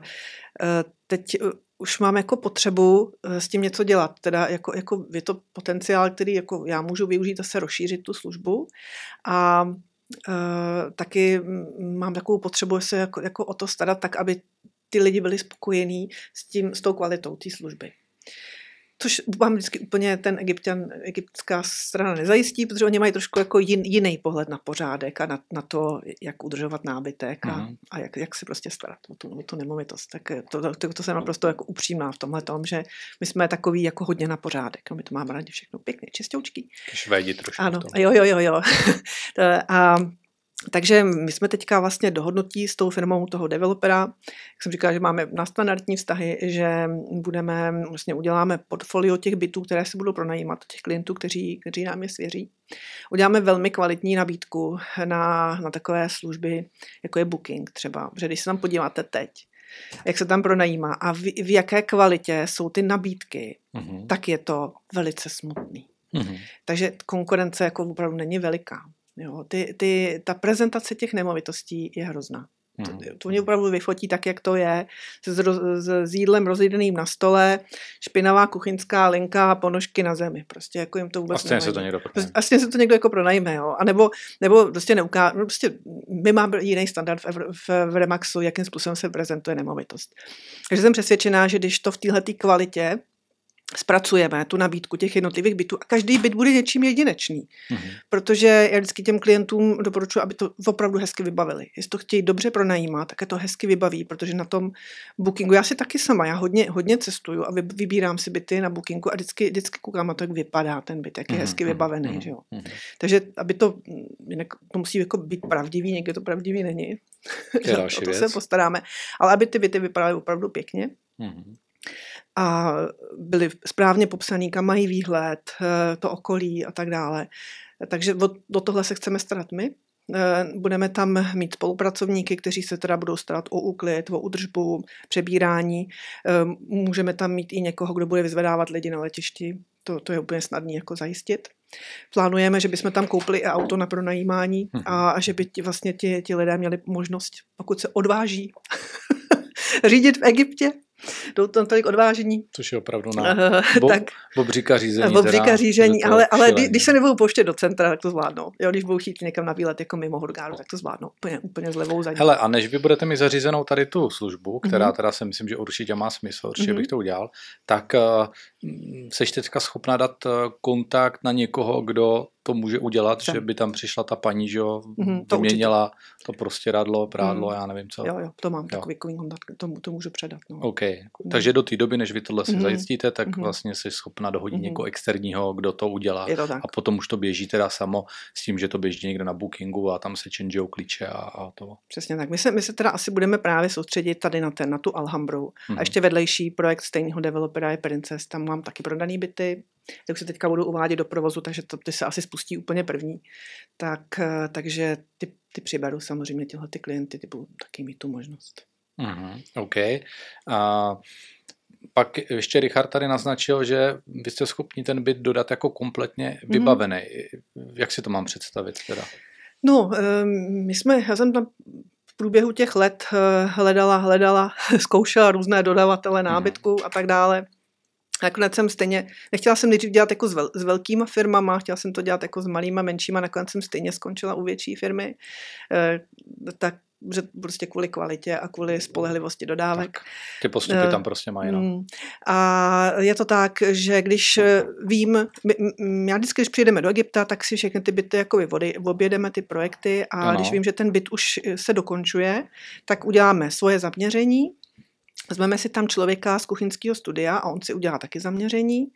teď už mám jako potřebu s tím něco dělat. Teda jako, jako je to potenciál, který jako já můžu využít zase rozšířit tu službu a Uh, taky mám takovou potřebu se jako, jako o to starat tak, aby ty lidi byli spokojení s tím, s tou kvalitou té služby. Což vám vždycky úplně ten Egypťan, egyptská strana nezajistí, protože oni mají trošku jako jin, jiný pohled na pořádek a na, na to, jak udržovat nábytek a, mm. a jak, jak si prostě starat o tu, o tu nemovitost. Tak to, to, to jsem naprosto jako upřímná v tomhle tom, že my jsme takový jako hodně na pořádek. No, my to máme rádi všechno pěkně, čistoučky. Švédi trošku. Ano, jo, jo, jo, jo. a Takže my jsme teďka vlastně dohodnutí s tou firmou toho developera, jak jsem říkala, že máme nadstandardní vztahy, že budeme, vlastně uděláme portfolio těch bytů, které se budou pronajímat, těch klientů, kteří, kteří nám je svěří. Uděláme velmi kvalitní nabídku na, na takové služby, jako je Booking třeba, protože když se tam podíváte teď, jak se tam pronajímá a v, v jaké kvalitě jsou ty nabídky, mm-hmm. tak je to velice smutný. Mm-hmm. Takže konkurence jako opravdu není veliká. Jo, ty, ty, ta prezentace těch nemovitostí je hrozná. Hmm. To, to mě opravdu vyfotí tak, jak to je, s, s, s jídlem rozjedeným na stole, špinavá kuchyňská linka a ponožky na zemi. Prostě jako jim to vůbec nevadí. Vlastně se to někdo pronajme. Vlastně se to někdo jako pronajme, jo. A nebo, nebo prostě neuká... No prostě my máme jiný standard v, v, v Remaxu, jakým způsobem se prezentuje nemovitost. Takže jsem přesvědčená, že když to v téhleté kvalitě zpracujeme tu nabídku těch jednotlivých bytů a každý byt bude něčím jedinečný. Mm-hmm. Protože já vždycky těm klientům doporučuji, aby to opravdu hezky vybavili. Jestli to chtějí dobře pronajímat, tak je to hezky vybaví, protože na tom Bookingu, já si taky sama, já hodně, hodně cestuju a vybírám si byty na Bookingu a vždycky, vždycky koukám na to, jak vypadá ten byt, jak je mm-hmm. hezky vybavený. Mm-hmm. Že jo? Mm-hmm. Takže aby to, jinak to musí jako být pravdivý, někde to pravdivý není. O to se postaráme. Ale aby ty byty vypadaly opravdu pěkně. Mm-hmm. A byly správně popsaný, kam mají výhled, to okolí a tak dále. Takže do tohle se chceme starat my. Budeme tam mít spolupracovníky, kteří se teda budou starat o úklid, o údržbu, přebírání. Můžeme tam mít i někoho, kdo bude vyzvedávat lidi na letišti. To, to je úplně snadné jako zajistit. Plánujeme, že bychom tam koupili i auto na pronajímání a, a že by ti, vlastně ti, ti lidé měli možnost, pokud se odváží, řídit v Egyptě. Jdou tam tolik odvážení. Což je opravdu na bo, tak, bobříka řízení. Bobříka řízení, ale, ale kdy, když se nebudou pouštět do centra, tak to zvládnou. Jo, když budou chtít někam na výlet jako mimo Hurgádu, tak to zvládnou. Úplně, úplně s levou zadní. Hele, a než vy budete mi zařízenou tady tu službu, která mm-hmm. teda si myslím, že určitě má smysl, určitě mm-hmm. bych to udělal, tak uh, seš teďka schopna dát uh, kontakt na někoho, kdo to může udělat, Jsem. že by tam přišla ta paní, že jo, mm-hmm, vyměnila to prostě radlo, prádlo, mm. já nevím co. Jo, jo, to mám, jo. takový kontakt, to, to můžu předat. No. OK, mm. takže do té doby, než vy tohle si mm. zajistíte, tak mm. vlastně jsi schopna dohodit mm. někoho externího, kdo to udělá. Je to tak. A potom už to běží teda samo s tím, že to běží někde na Bookingu a tam se changeujou klíče a, a to. Přesně tak. My se, my se teda asi budeme právě soustředit tady na, ten, na tu Alhambru. Mm. A ještě vedlejší projekt stejného developera je Princess, tam mám taky prodaný byty. Tak se teďka budu uvádět do provozu, takže to, ty se asi spustí úplně první. Tak, takže ty, ty přiberu samozřejmě tyhle ty klienty, ty budou taky mít tu možnost. Mm-hmm, OK. A pak ještě Richard tady naznačil, že vy jste schopni ten byt dodat jako kompletně vybavený. Mm-hmm. Jak si to mám představit teda? No, my jsme, já jsem tam v průběhu těch let hledala, hledala, zkoušela různé dodavatele nábytku mm-hmm. a tak dále. Nakonec jsem stejně, nechtěla jsem nejdřív dělat jako s, vel, s velkýma firmama, chtěla jsem to dělat jako s malýma, menšíma, nakonec jsem stejně skončila u větší firmy, e, tak prostě kvůli kvalitě a kvůli spolehlivosti dodávek. Tak, ty postupy tam prostě mají. No. A je to tak, že když vím, já vždycky, když přijedeme do Egypta, tak si všechny ty byty jako objedeme ty projekty a ano. Když vím, že ten byt už se dokončuje, tak uděláme svoje zaměření. Vezmeme si tam člověka z kuchyňského studia a on si udělá taky zaměření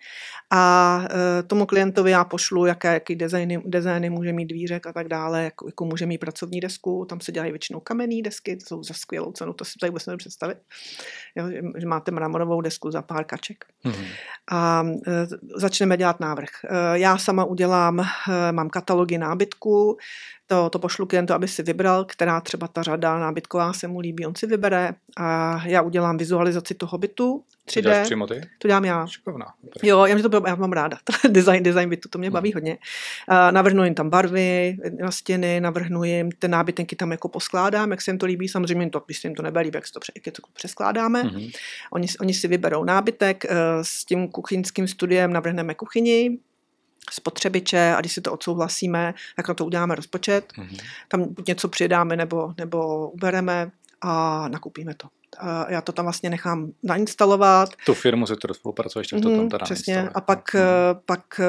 a e, tomu klientovi já pošlu, jaké, jaký designy, designy může mít dvířek a tak dále, jako, jako může mít pracovní desku, tam se dělají většinou kamenné desky, to jsou za skvělou cenu, to si tady vůbec nemůžu představit, jo, že, že máte mramorovou desku za pár kaček. Mm-hmm. A e, začneme dělat návrh. E, já sama udělám, e, mám katalogy nábytku, To, to pošlu klientu, aby si vybral, která třeba ta řada nábytková se mu líbí, on si vybere a já udělám vizualizaci toho bytu tři dé. To děláš přímo ty? To dělám já. Šikovná. Jo, já, to, já mám ráda. design, design bytu, to mě baví hmm. hodně. A navrhnu jim tam barvy na stěny, navrhnu jim ty nábytenky tam jako poskládám, jak se jim to líbí. Samozřejmě, to, když se jim to nebude líbí, jak, to, jak to přeskládáme. Hmm. Oni, oni si vyberou nábytek, s tím kuchyňským studiem navrhneme kuchyni, spotřebiče a když si to odsouhlasíme, tak na to uděláme rozpočet. Mm-hmm. Tam buď něco přidáme nebo, nebo ubereme a nakupíme to. A já to tam vlastně nechám nainstalovat. Tu firmu, se kterou spolupracuješ, tak to tam teda přesně. Nainstaluje. A pak, mm-hmm. pak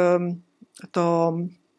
to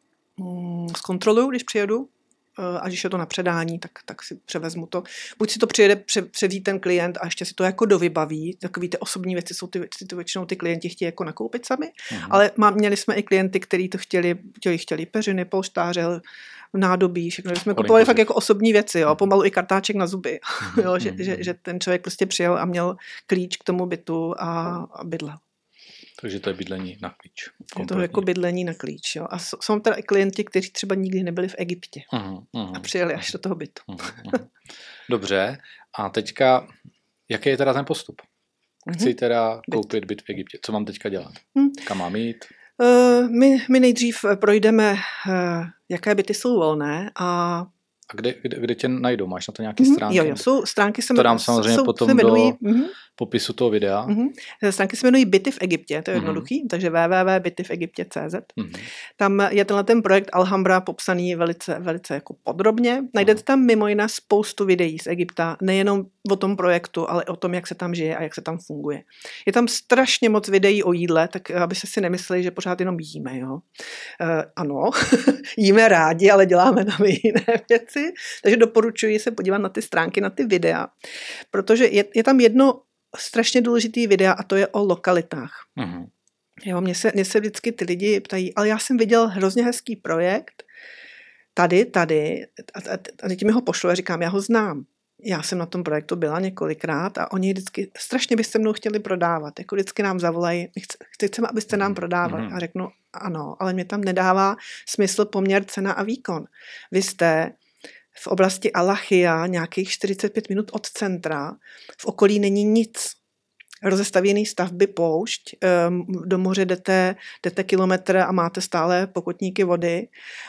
mm, zkontroluju, když přijedu. A když je to na předání, tak, tak si převezmu to. Buď si to přijede, pře, převí ten klient a ještě si to jako dovybaví. Takový ty osobní věci jsou ty, ty, ty většinou ty klienti chtějí jako nakoupit sami. Mm-hmm. Ale má, měli jsme i klienty, kteří to chtěli, chtěli, chtěli peřiny, polštáře, nádobí, všechno. Jsme kupovali fakt jako osobní věci, jo. Pomalu i kartáček na zuby. Mm-hmm. Jo, že, že, že ten člověk prostě přijel a měl klíč k tomu bytu a, a bydlel. Takže to je bydlení na klíč. Je to jako bydlení na klíč. Jo. A jsou teda i klienti, kteří třeba nikdy nebyli v Egyptě uh-huh, uh-huh, a přijeli až do toho bytu. Uh-huh. Dobře. A teďka, jaký je teda ten postup? Chci uh-huh. teda koupit byt v Egyptě. Co mám teďka dělat? Uh-huh. Kam mám jít? Uh, my, my nejdřív projdeme, uh, jaké byty jsou volné a A kde, kde, kde tě najdou? Máš na to nějaké stránky? Jo, jo, jsou stránky se To dám samozřejmě jsou, potom jmenují, do mm-hmm. popisu toho videa. Mm-hmm. Stránky se jmenují Byty v Egyptě, to je jednoduchý, mm-hmm. takže w w w tečka byty v egyptě tečka c z. Mm-hmm. Tam je tenhle ten projekt Alhambra popsaný velice, velice jako podrobně. Najdete tam mimo jiné spoustu videí z Egypta, nejenom o tom projektu, ale o tom, jak se tam žije a jak se tam funguje. Je tam strašně moc videí o jídle, tak aby se si nemysleli, že pořád jenom jíme. Jo? Uh, ano, jíme rádi, ale děláme tam i jiné věci. Takže doporučuji se podívat na ty stránky, na ty videa, protože je, je tam jedno strašně důležitý videa a to je o lokalitách. Mm-hmm. Jo, mě, se, mě se vždycky ty lidi ptají, ale já jsem viděl hrozně hezký projekt tady, tady a, a, a teď mi ho pošlu a říkám, já ho znám. Já jsem na tom projektu byla několikrát a oni vždycky strašně by se mnou chtěli prodávat. Jako vždycky nám zavolají, chceme, abyste nám prodávali. Mm-hmm. A řeknu, ano, ale mě tam nedává smysl poměr cena a výkon. Vy jste v oblasti Alachia nějakých čtyřicet pět minut od centra, v okolí není nic. Rozestavěný stavby, poušť, do moře jdete, jdete kilometr a máte stále pokotníky vody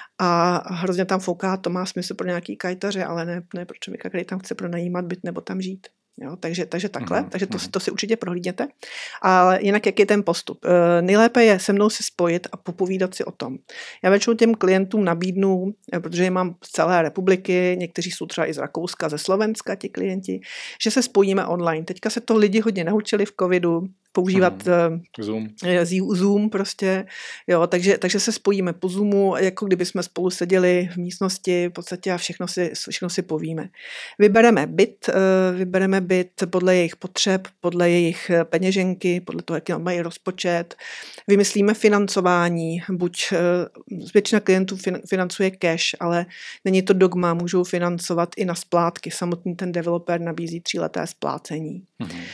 a hrozně tam fouká, to má smysl pro nějaký kajtaře, ale ne, ne pro člověka, který tam chce pronajímat byt nebo tam žít. Jo, takže, takže takhle, mm, takže to, to si určitě prohlídněte. Ale jinak, jaký je ten postup? E, nejlépe je se mnou se spojit a popovídat si o tom. Já většinou těm klientům nabídnu, protože je mám z celé republiky, někteří jsou třeba i z Rakouska, ze Slovenska, ti klienti, že se spojíme online. Teďka se to lidi hodně naučili v covidu, používat mm, Zoom. Zoom prostě, jo, takže, takže se spojíme po Zoomu, jako kdyby jsme spolu seděli v místnosti v podstatě a všechno si, všechno si povíme. Vybereme byt, vybereme byt podle jejich potřeb, podle jejich peněženky, podle toho, jaký mají rozpočet. Vymyslíme financování, buď většina klientů financuje cash, ale není to dogma, můžou financovat i na splátky. Samotný ten developer nabízí tříleté splácení. Mm-hmm.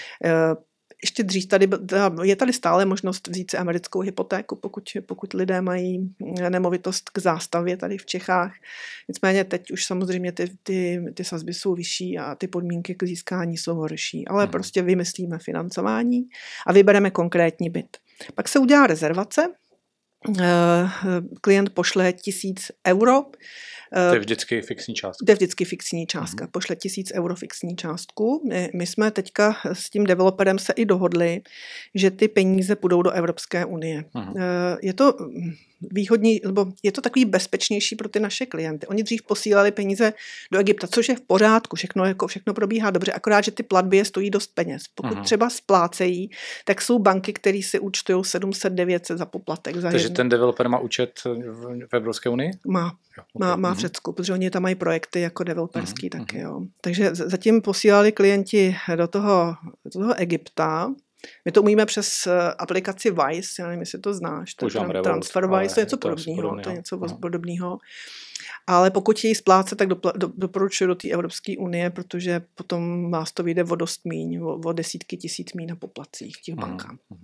Ještě dřív tady, je tady stále možnost vzít si americkou hypotéku, pokud, pokud lidé mají nemovitost k zástavě tady v Čechách. Nicméně teď už samozřejmě ty, ty, ty sazby jsou vyšší a ty podmínky k získání jsou horší. Ale hmm. prostě vymyslíme financování a vybereme konkrétní byt. Pak se udělá rezervace. Klient pošle tisíc euro To je vždycky fixní částka. To je vždycky fixní částka. Uh-huh. Pošle tisíc euro fixní částku. My, my jsme teďka s tím developerem se i dohodli, že ty peníze půjdou do Evropské unie. Uh-huh. Je to výhodní, nebo je to takový bezpečnější pro ty naše klienty. Oni dřív posílali peníze do Egypta, což je v pořádku, všechno, jako všechno probíhá dobře, akorát, že ty platby je stojí dost peněz. Pokud uh-huh. třeba splácejí, tak jsou banky, které si účtují sedm set devět set za poplatek. Za Takže jednu. ten developer má účet v Evropské unii? Má. Jo, okay. Má, má v Řecku, protože oni tam mají projekty jako developerský uh-huh. taky. Jo. Takže zatím posílali klienti do toho, do toho Egypta. My to umíme přes aplikaci Wise, já nevím, jestli to znáš. Používám TransferWise, to je něco podobného. To je něco uh-huh. podobného. Ale pokud chtějí splácet, tak dopla, do, doporučuji do té Evropské unie, protože potom vás to vyjde o dost míň, o, o desítky tisíc míň na poplatcích těch bankách. Uh-huh.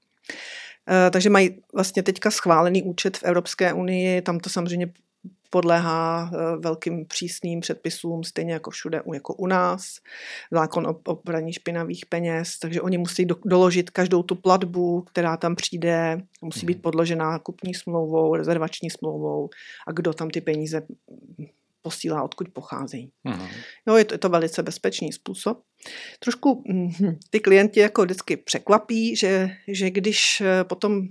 Uh, takže mají vlastně teďka schválený účet v Evropské unii, tam to samozřejmě podléhá velkým přísným předpisům, stejně jako všude, jako u nás. Zákon o, o praní špinavých peněz, takže oni musí do, doložit každou tu platbu, která tam přijde, musí být podložená kupní smlouvou, rezervační smlouvou a kdo tam ty peníze posílá, odkud pocházejí. Uh-huh. No, je to, je to velice bezpečný způsob. Trošku mm, ty klienti jako vždycky překvapí, že, že když potom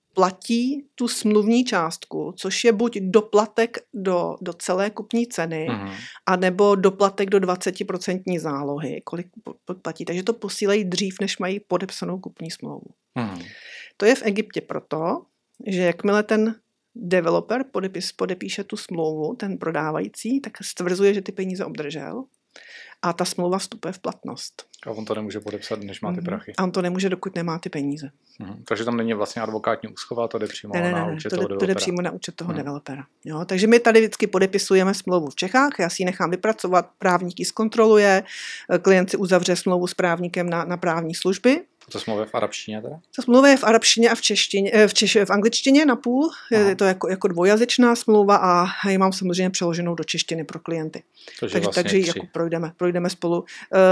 platí tu smluvní částku, což je buď doplatek do, do celé kupní ceny, uh-huh. anebo doplatek do dvacet procent zálohy, kolik platí. Takže to posílají dřív, než mají podepsanou kupní smlouvu. Uh-huh. To je v Egyptě proto, že jakmile ten developer podepis, podepíše tu smlouvu, ten prodávající, tak stvrzuje, že ty peníze obdržel a ta smlouva vstupuje v platnost. A on to nemůže podepsat, než má ty prachy. A on to nemůže, dokud nemá ty peníze. Mhm. Takže tam není vlastně advokátní úschova, to jde přímo ne, ne, na ne, účet to toho jde, developera. To jde přímo na účet toho mhm. developera. Jo, takže my tady vždycky podepisujeme smlouvu v Čechách, já si ji nechám vypracovat, právník ji zkontroluje, klient si uzavře smlouvu s právníkem na, na právní služby. To smlouva je v arabštině teda? To smlouva je v arabštině a v češtině, v, češ, v angličtině napůl. Aha. Je to jako, jako dvojazyčná smlouva a ji mám samozřejmě přeloženou do češtiny pro klienty. Takže, vlastně takže ji jako projdeme, projdeme spolu.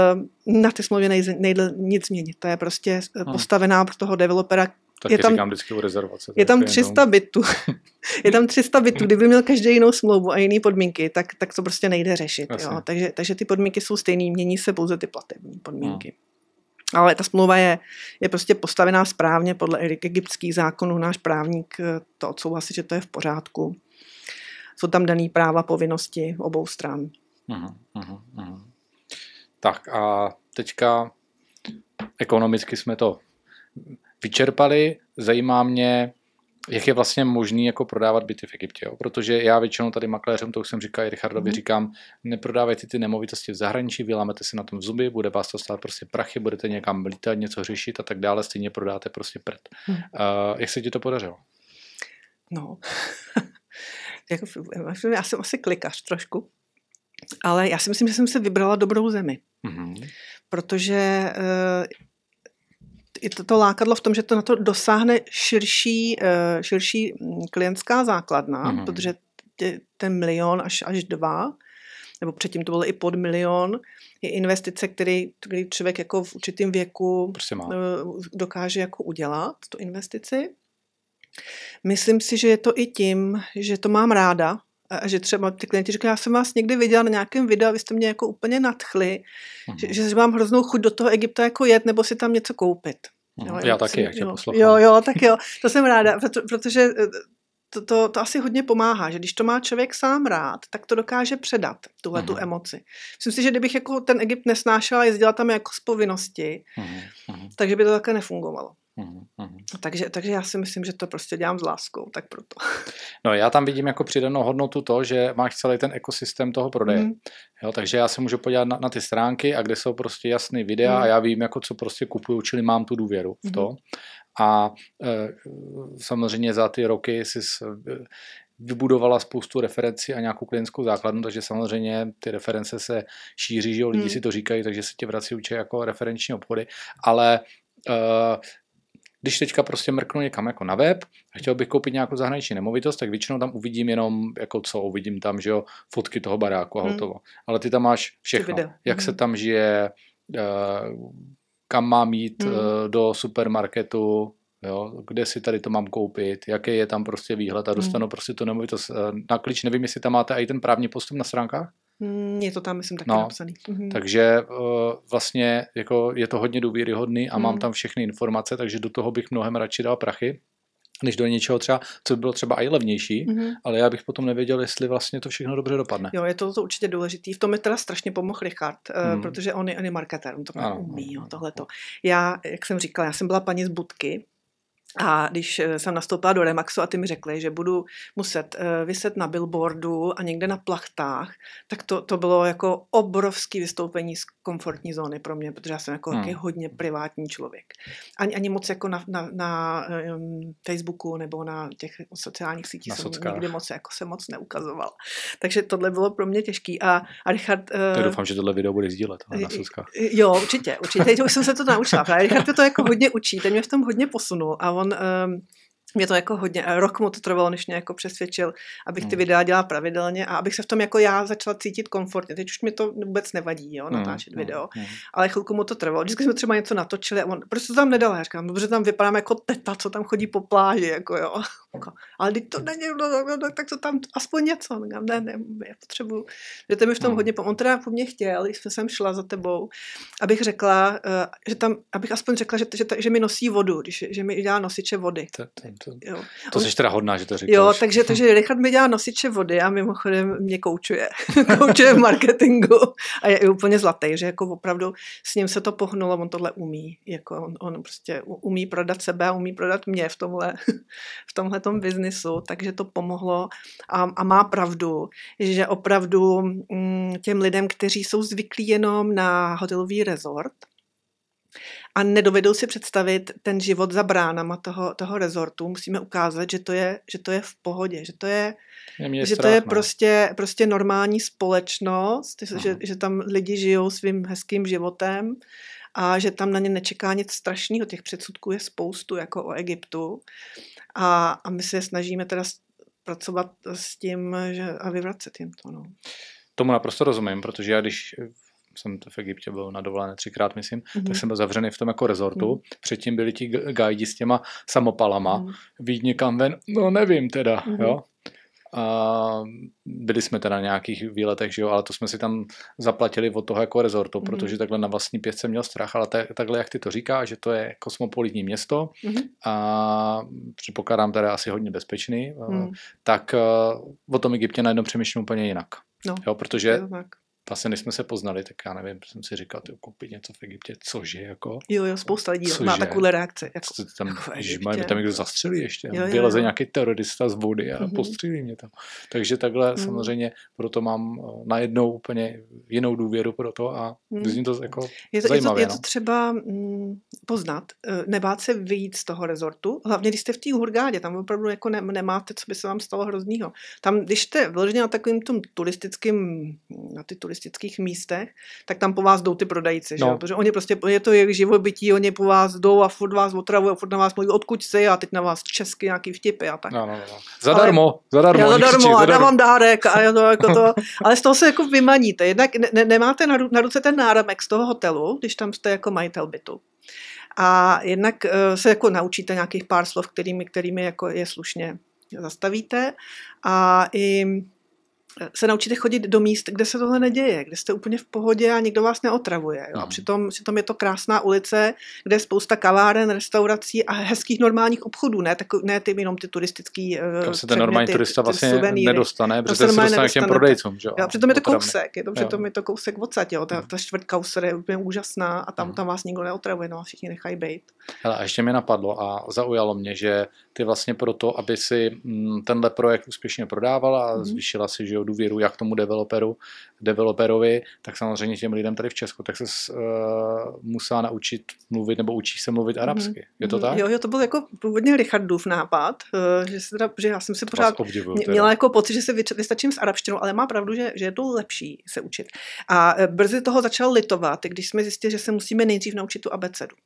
Na té smlouvě nejde, nejde nic změnit. To je prostě hmm. postavená pro toho developera. Taky je tam, říkám vždycky u rezervace. Je tam tři sta bitů. Je tam tři sta bitů. Kdyby měl každý jinou smlouvu a jiné podmínky, tak, tak to prostě nejde řešit. Jo? Takže, takže ty podmínky jsou stejný, mění se pouze ty platební podmínky. Hmm. Ale ta smlouva je, je prostě postavená správně podle egyptských zákonů. Náš právník to odsouhlasí, že to je v pořádku. Jsou tam daný práva, povinnosti obou stran. Uhum, uhum, uhum. Tak a teďka ekonomicky jsme to vyčerpali. Zajímá mě, jak je vlastně možný jako prodávat byty v Egyptě. Jo? Protože já většinou tady makléřům, to už jsem říkal i Richardovi, mm. říkám, neprodávejte ty nemovitosti v zahraničí, vylámete si na tom zuby, bude vás to stát prostě prachy, budete někam lítat, něco řešit a tak dále, stejně prodáte prostě prd. Mm. Uh, jak se ti to podařilo? No, jako, já jsem asi klikař trošku, ale já si myslím, že jsem se vybrala dobrou zemi. Mm-hmm. Protože uh, je to, to lákadlo v tom, že to na to dosáhne širší, širší klientská základna, mm-hmm. protože ten milion až, až dva, nebo předtím to bylo i pod milion, je investice, který, který člověk jako v určitém věku prostě dokáže jako udělat, tu investici. Myslím si, že je to i tím, že to mám ráda, a že třeba ty klienti říkají, já jsem vás někdy viděla na nějakém videu, vy jste mě jako úplně nadchli, mm-hmm. že, že mám hroznou chuť do toho Egypta jako jet, nebo si tam něco koupit. Mm-hmm. Jo, já taky, jak tě poslouchám. Jo, jo, tak jo, to jsem ráda, proto, protože to, to, to asi hodně pomáhá, že když to má člověk sám rád, tak to dokáže předat, tuhle mm-hmm. tu emoci. Myslím si, že kdybych jako ten Egypt nesnášela, jezdila tam jako z povinnosti, mm-hmm. takže by to také nefungovalo. Uhum, uhum. Takže, takže já si myslím, že to prostě dělám s láskou, tak proto. No já tam vidím jako přidanou hodnotu to, že máš celý ten ekosystém toho prodeje. Mm. Jo, takže já se můžu podívat na, na ty stránky a kde jsou prostě jasný videa mm. a já vím, jako co prostě kupuju, čili mám tu důvěru v to. Mm. A e, samozřejmě za ty roky jsi vybudovala spoustu referencí a nějakou klientskou základnu, takže samozřejmě ty reference se šíří, že lidi mm. si to říkají, takže se tě vrací určitě jako referenční obchody, ale e, když teďka prostě mrknu někam jako na web a chtěl bych koupit nějakou zahraniční nemovitost, tak většinou tam uvidím jenom, jako co uvidím tam, že jo, fotky toho baráku a hotovo. Hmm. Ale ty tam máš všechno. Jak hmm. se tam žije, kam mám jít hmm. do supermarketu, jo, kde si tady to mám koupit, jaký je tam prostě výhled a dostanu hmm. prostě to nemovitost na klíč. Nevím, jestli tam máte i ten právní postup na stránkách? Je to tam, myslím, taky no, napsaný. Mhm. Takže uh, vlastně jako je to hodně důvěryhodný a hmm. mám tam všechny informace, takže do toho bych mnohem radši dal prachy, než do něčeho třeba, co by bylo třeba i levnější, mm-hmm. ale já bych potom nevěděl, jestli vlastně to všechno dobře dopadne. Jo, je to, to určitě důležitý. V tom mi teda strašně pomohl Richard, mm. protože on je, on je marketér, on to ano, umí, jo, tohleto. Já, jak jsem říkala, já jsem byla paní z budky, a když jsem nastoupila do Remaxu a ty mi řekli, že budu muset vyset na billboardu a někde na plachtách, tak to, to bylo jako obrovský vystoupení z komfortní zóny pro mě, protože já jsem jako hmm. hodně privátní člověk. Ani, ani moc jako na, na, na um, Facebooku nebo na těch sociálních sítích jsem nikdy moc jako se moc neukazoval. Takže tohle bylo pro mě těžký. A, a Richard... Uh, tak doufám, že tohle video bude sdílet na sockách. Jo, určitě, určitě. Teď už jsem se to naučila. A Richard to jako hodně učí, ten mě v tom hodně posunul a on um, mě to jako hodně, rok mu to trvalo, než mě jako přesvědčil, abych ty videa dělala pravidelně a abych se v tom jako já začala cítit komfortně. Teď už mi to vůbec nevadí, jo, natáčet mm, video, mm, mm. ale chvilku mu to trvalo. Vždycky jsme třeba něco natočili a on, prostě to tam nedala. Já říkám, dobře, tam vypadám jako teta, co tam chodí po pláži, jako jo. Ale když to není, no, no, no, tak to tam aspoň něco. Říkám, ne, ne, já potřebuju. Že to mi v tom mm. hodně pomohl. On teda po mně chtěl, když jsem šla za tebou, abych řekla, uh, že tam, abych aspoň řekla, že, že, že mi nosí vodu, když, že mi dělá nosiče vody. To, to, to, jo. to jsi teda hodná, že to říkáš. Jo, takže, takže Richard mi dělá nosiče vody a mimochodem mě koučuje. Koučuje v marketingu a je úplně zlatý, že jako opravdu s ním se to pohnulo, on tohle umí. Jako on, on prostě umí prodat sebe a umí prodat mě v tomhle, v tomhletom biznisu, takže to pomohlo a, a má pravdu, že opravdu m, těm lidem, kteří jsou zvyklí jenom na hotelový rezort, a nedovedou si představit ten život za bránama toho, toho rezortu, musíme ukázat, že to je, že to je v pohodě, že to je, je že strach, to je prostě, prostě normální společnost, že, že tam lidi žijou svým hezkým životem a že tam na ně nečeká nic strašného. Těch předsudků je spoustu, jako o Egyptu. A, a my se snažíme teda pracovat s tím že, a vyvracet jim to. No. Tomu naprosto rozumím, protože já když jsem v Egyptě byl na dovolené třikrát, myslím, mm-hmm. tak jsem byl zavřený v tom jako rezortu. Mm. Předtím byli ti guidi s těma samopalama. Mm. Vyjít někam ven, no nevím teda, mm-hmm. jo. A byli jsme teda na nějakých výletech, že jo, ale to jsme si tam zaplatili od toho jako rezortu, mm-hmm. protože takhle na vlastní pěst jsem měl strach, ale te, takhle, jak ty to říkáš, že to je kosmopolitní město mm-hmm. a předpokládám teda asi hodně bezpečný, mm. tak uh, o tom Egyptě najednou přemýšlím úplně jinak. No, jo, protože vlastně, než jsme se poznali, tak já nevím, jsem si říkal, ty koupit něco v Egyptě, cože, jako? Jo, jo, spousta lidí cože? Má takovouhle reakce. Jako, Co tam, jako ježišmaj, tam někdo zastřelí ještě. Jo, jo, Vyleze jo. nějaký terorista z vody a mm-hmm. postřílí mě tam. Takže takhle mm. samozřejmě proto mám najednou úplně jinou důvěru pro to a mm. zní to jako je to, zajímavé. Je to, je to třeba mm, poznat, nebát se vyjít z toho rezortu, hlavně když jste v té Hurgádě, tam opravdu jako ne, nemáte, co by se vám stalo hroznýho. Tam, když jste vyloženě na takovým tom turistickým, na ty turistických místech, tak tam po vás jdou ty prodejci, no. že? Protože oni prostě, je to jejich živobytí, oni po vás jdou a furt vás otravují a furt na vás mluví, odkud jsi a teď na vás česky nějaký vtipy a tak. No, no, no. Zadarmo, ale, zadarmo. Já zadarmo a dávám dárek a já to, jako to, ale z toho se jako vymaníte. Jednak ne, nemáte na, na ruce ten náramek z toho hotelu, když tam jste jako majitel bytu. A jednak uh, se jako naučíte nějakých pár slov, kterými, kterými jako je slušně zastavíte a i se naučíte chodit do míst, kde se tohle neděje, kde jste úplně v pohodě a nikdo vás neotravuje. Jo? A přitom, přitom je to krásná ulice, kde je spousta kaváren, restaurací a hezkých normálních obchodů, ne, tak, ne ty, jenom ty turistický tam se ten normální turista vlastně suvenýry. nedostane, protože se dostane k těm prodejcům. Že? Jo, přitom je to kousek, je to, přitom je to kousek odsad, jo? Ta, ta čtvrt Kausar je úplně úžasná a tam, tam vás nikdo neotravuje, no, všichni nechají bejt. Hele, a ještě mi napadlo a zaujalo mě, že ty vlastně proto, aby si tenhle projekt úspěšně prodávala a zvýšila si, že důvěru jak tomu developeru, developerovi, tak samozřejmě těm lidem tady v Česku, tak se uh, musela naučit mluvit, nebo učí se mluvit arabsky. Mm-hmm. Je to tak? Jo, jo, to byl jako původně Richardův nápad, uh, že, se teda, že já jsem si pořád obdivuju, mě, měla jako pocit, že se vystačím s arabštinou, ale má pravdu, že, že je to lepší se učit. A brzy toho začal litovat, když jsme zjistili, že se musíme nejdřív naučit tu abecedu.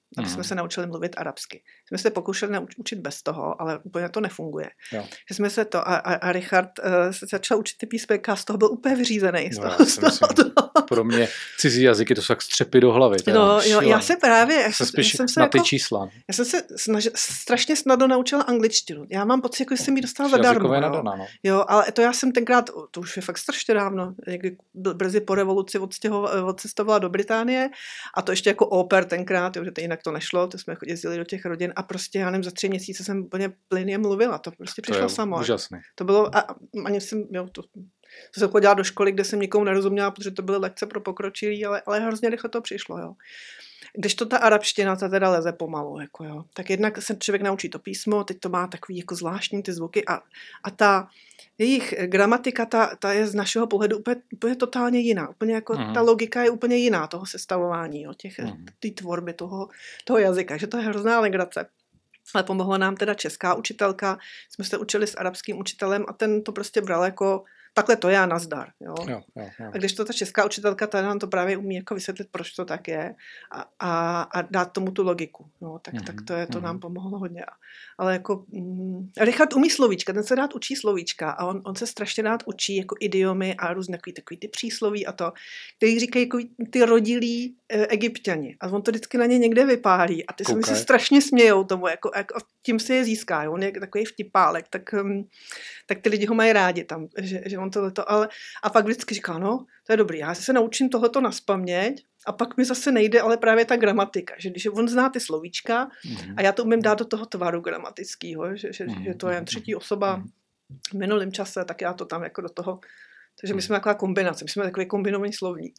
aby jsme se naučili mluvit arabsky. Jsme se pokoušeli naučit bez toho, ale úplně to nefunguje. Jo. Že jsme se to, a, a, a Richard uh, se začal učit ty písmenka, z toho byl úplně vyřízený. Z toho, no, z toho, myslím, toho. Pro mě cizí jazyky, to jsou jak střepy do hlavy. No, jo, já se právě... Já se spíš jsem se na jako, ty čísla. Já jsem se snaž, strašně snadno naučila angličtinu. Já mám pocit, jako jsem ji dostala zadarmo. Jo. Nadana, no. jo, ale to já jsem tenkrát, to už je fakt strašně dávno, někdy brzy po revoluci odcestovala do Británie a to ještě jako oper tenkrát, jo, že to jinak to nešlo, to jsme jezdili do těch rodin a prostě já nevím, za tři měsíce jsem úplně plynně mluvila, to prostě přišlo to samo. Úžasný. To bylo, a ani jsem, jo, to, to jsem chodila do školy, kde jsem nikomu nerozuměla, protože to byly lekce pro pokročilí, ale, ale hrozně rychle to přišlo, jo. Když to ta arabština, ta teda leze pomalu, jako jo. Tak jednak se člověk naučí to písmo, teď to má takový jako zvláštní ty zvuky a, a ta jejich gramatika, ta, ta je z našeho pohledu úplně, úplně totálně jiná. Úplně jako mm. ta logika je úplně jiná toho sestavování, jo, těch, mm. ty tvorby toho, toho jazyka, že to je hrozná legrace. Ale pomohla nám teda česká učitelka, jsme se učili s arabským učitelem a ten to prostě bral jako takhle to je a nazdar. Jo? Jo, jo, jo. A když to ta česká učitelka, ta nám to právě umí jako vysvětlit, proč to tak je a, a, a dát tomu tu logiku. No, tak, mm-hmm. tak to, je, to mm-hmm. nám pomohlo hodně. Ale jako mm, Richard umí slovíčka, ten se rád učí slovíčka a on, on se strašně rád učí jako idiomy a různé takový, takový ty přísloví a to, který říkají jako ty rodilí e, Egypťani. A on to vždycky na ně někde vypálí a ty se mi se strašně smějou tomu, jako, jako tím si je získá. Jo? On je takový vtipálek, tak, um, tak ty lidi ho mají rádi tam, že, že on tohleto, ale a pak vždycky říká, no, to je dobrý, já se naučím tohleto naspaměť a pak mi zase nejde, ale právě ta gramatika, že když on zná ty slovíčka mm-hmm. a já to umím dát do toho tvaru gramatického, že, že, mm-hmm. že to je třetí osoba v minulém čase, tak já to tam jako do toho, takže my jsme taková kombinace, my jsme takový kombinovaný slovník.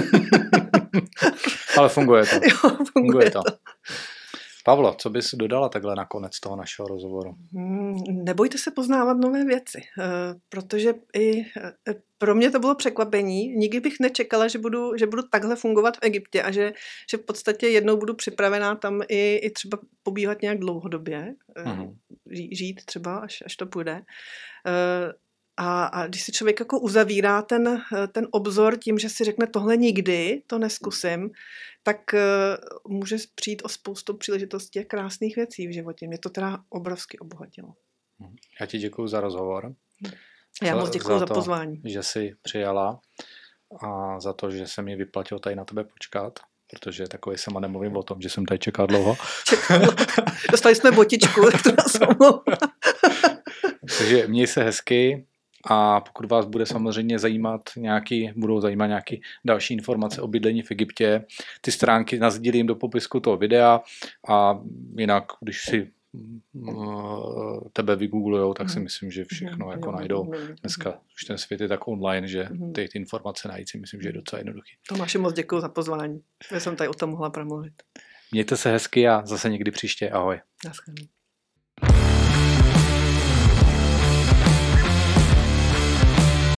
Ale funguje to. Jo, funguje, funguje to. to. Pavlo, co bys dodala takhle na konec toho našeho rozhovoru? Nebojte se poznávat nové věci, protože i pro mě to bylo překvapení. Nikdy bych nečekala, že budu, že budu takhle fungovat v Egyptě a že, že v podstatě jednou budu připravená tam i, i třeba pobývat nějak dlouhodobě, uh-huh. žít třeba, až, až to půjde. A, a když si člověk jako uzavírá ten, ten obzor tím, že si řekne tohle nikdy, to neskusím, tak uh, může přijít o spoustu příležitostí a krásných věcí v životě. Mě to teda obrovsky obohatilo. Já ti děkuju za rozhovor. Já moc děkuju za, za to, pozvání. Že jsi přijala a za to, že se mi vyplatilo tady na tebe počkat, protože takový sama nemluvím o tom, že jsem tady čekal dlouho. Čekal. Dostali jsme botičku, tak to nás omlouvá. Takže měj se hezky. A pokud vás bude samozřejmě zajímat nějaký, budou zajímat nějaké další informace o bydlení v Egyptě, ty stránky nasdílím do popisku toho videa a jinak, když si uh, tebe vygooglujou, tak si myslím, že všechno mm, jako najdou. Dneska už ten svět je tak online, že ty, ty informace najít si myslím, že je docela jednoduchý. Tomáši, moc děkuji za pozvání. Já jsem tady o tom mohla promluvit. Mějte se hezky a zase někdy příště. Ahoj. Naschledanou.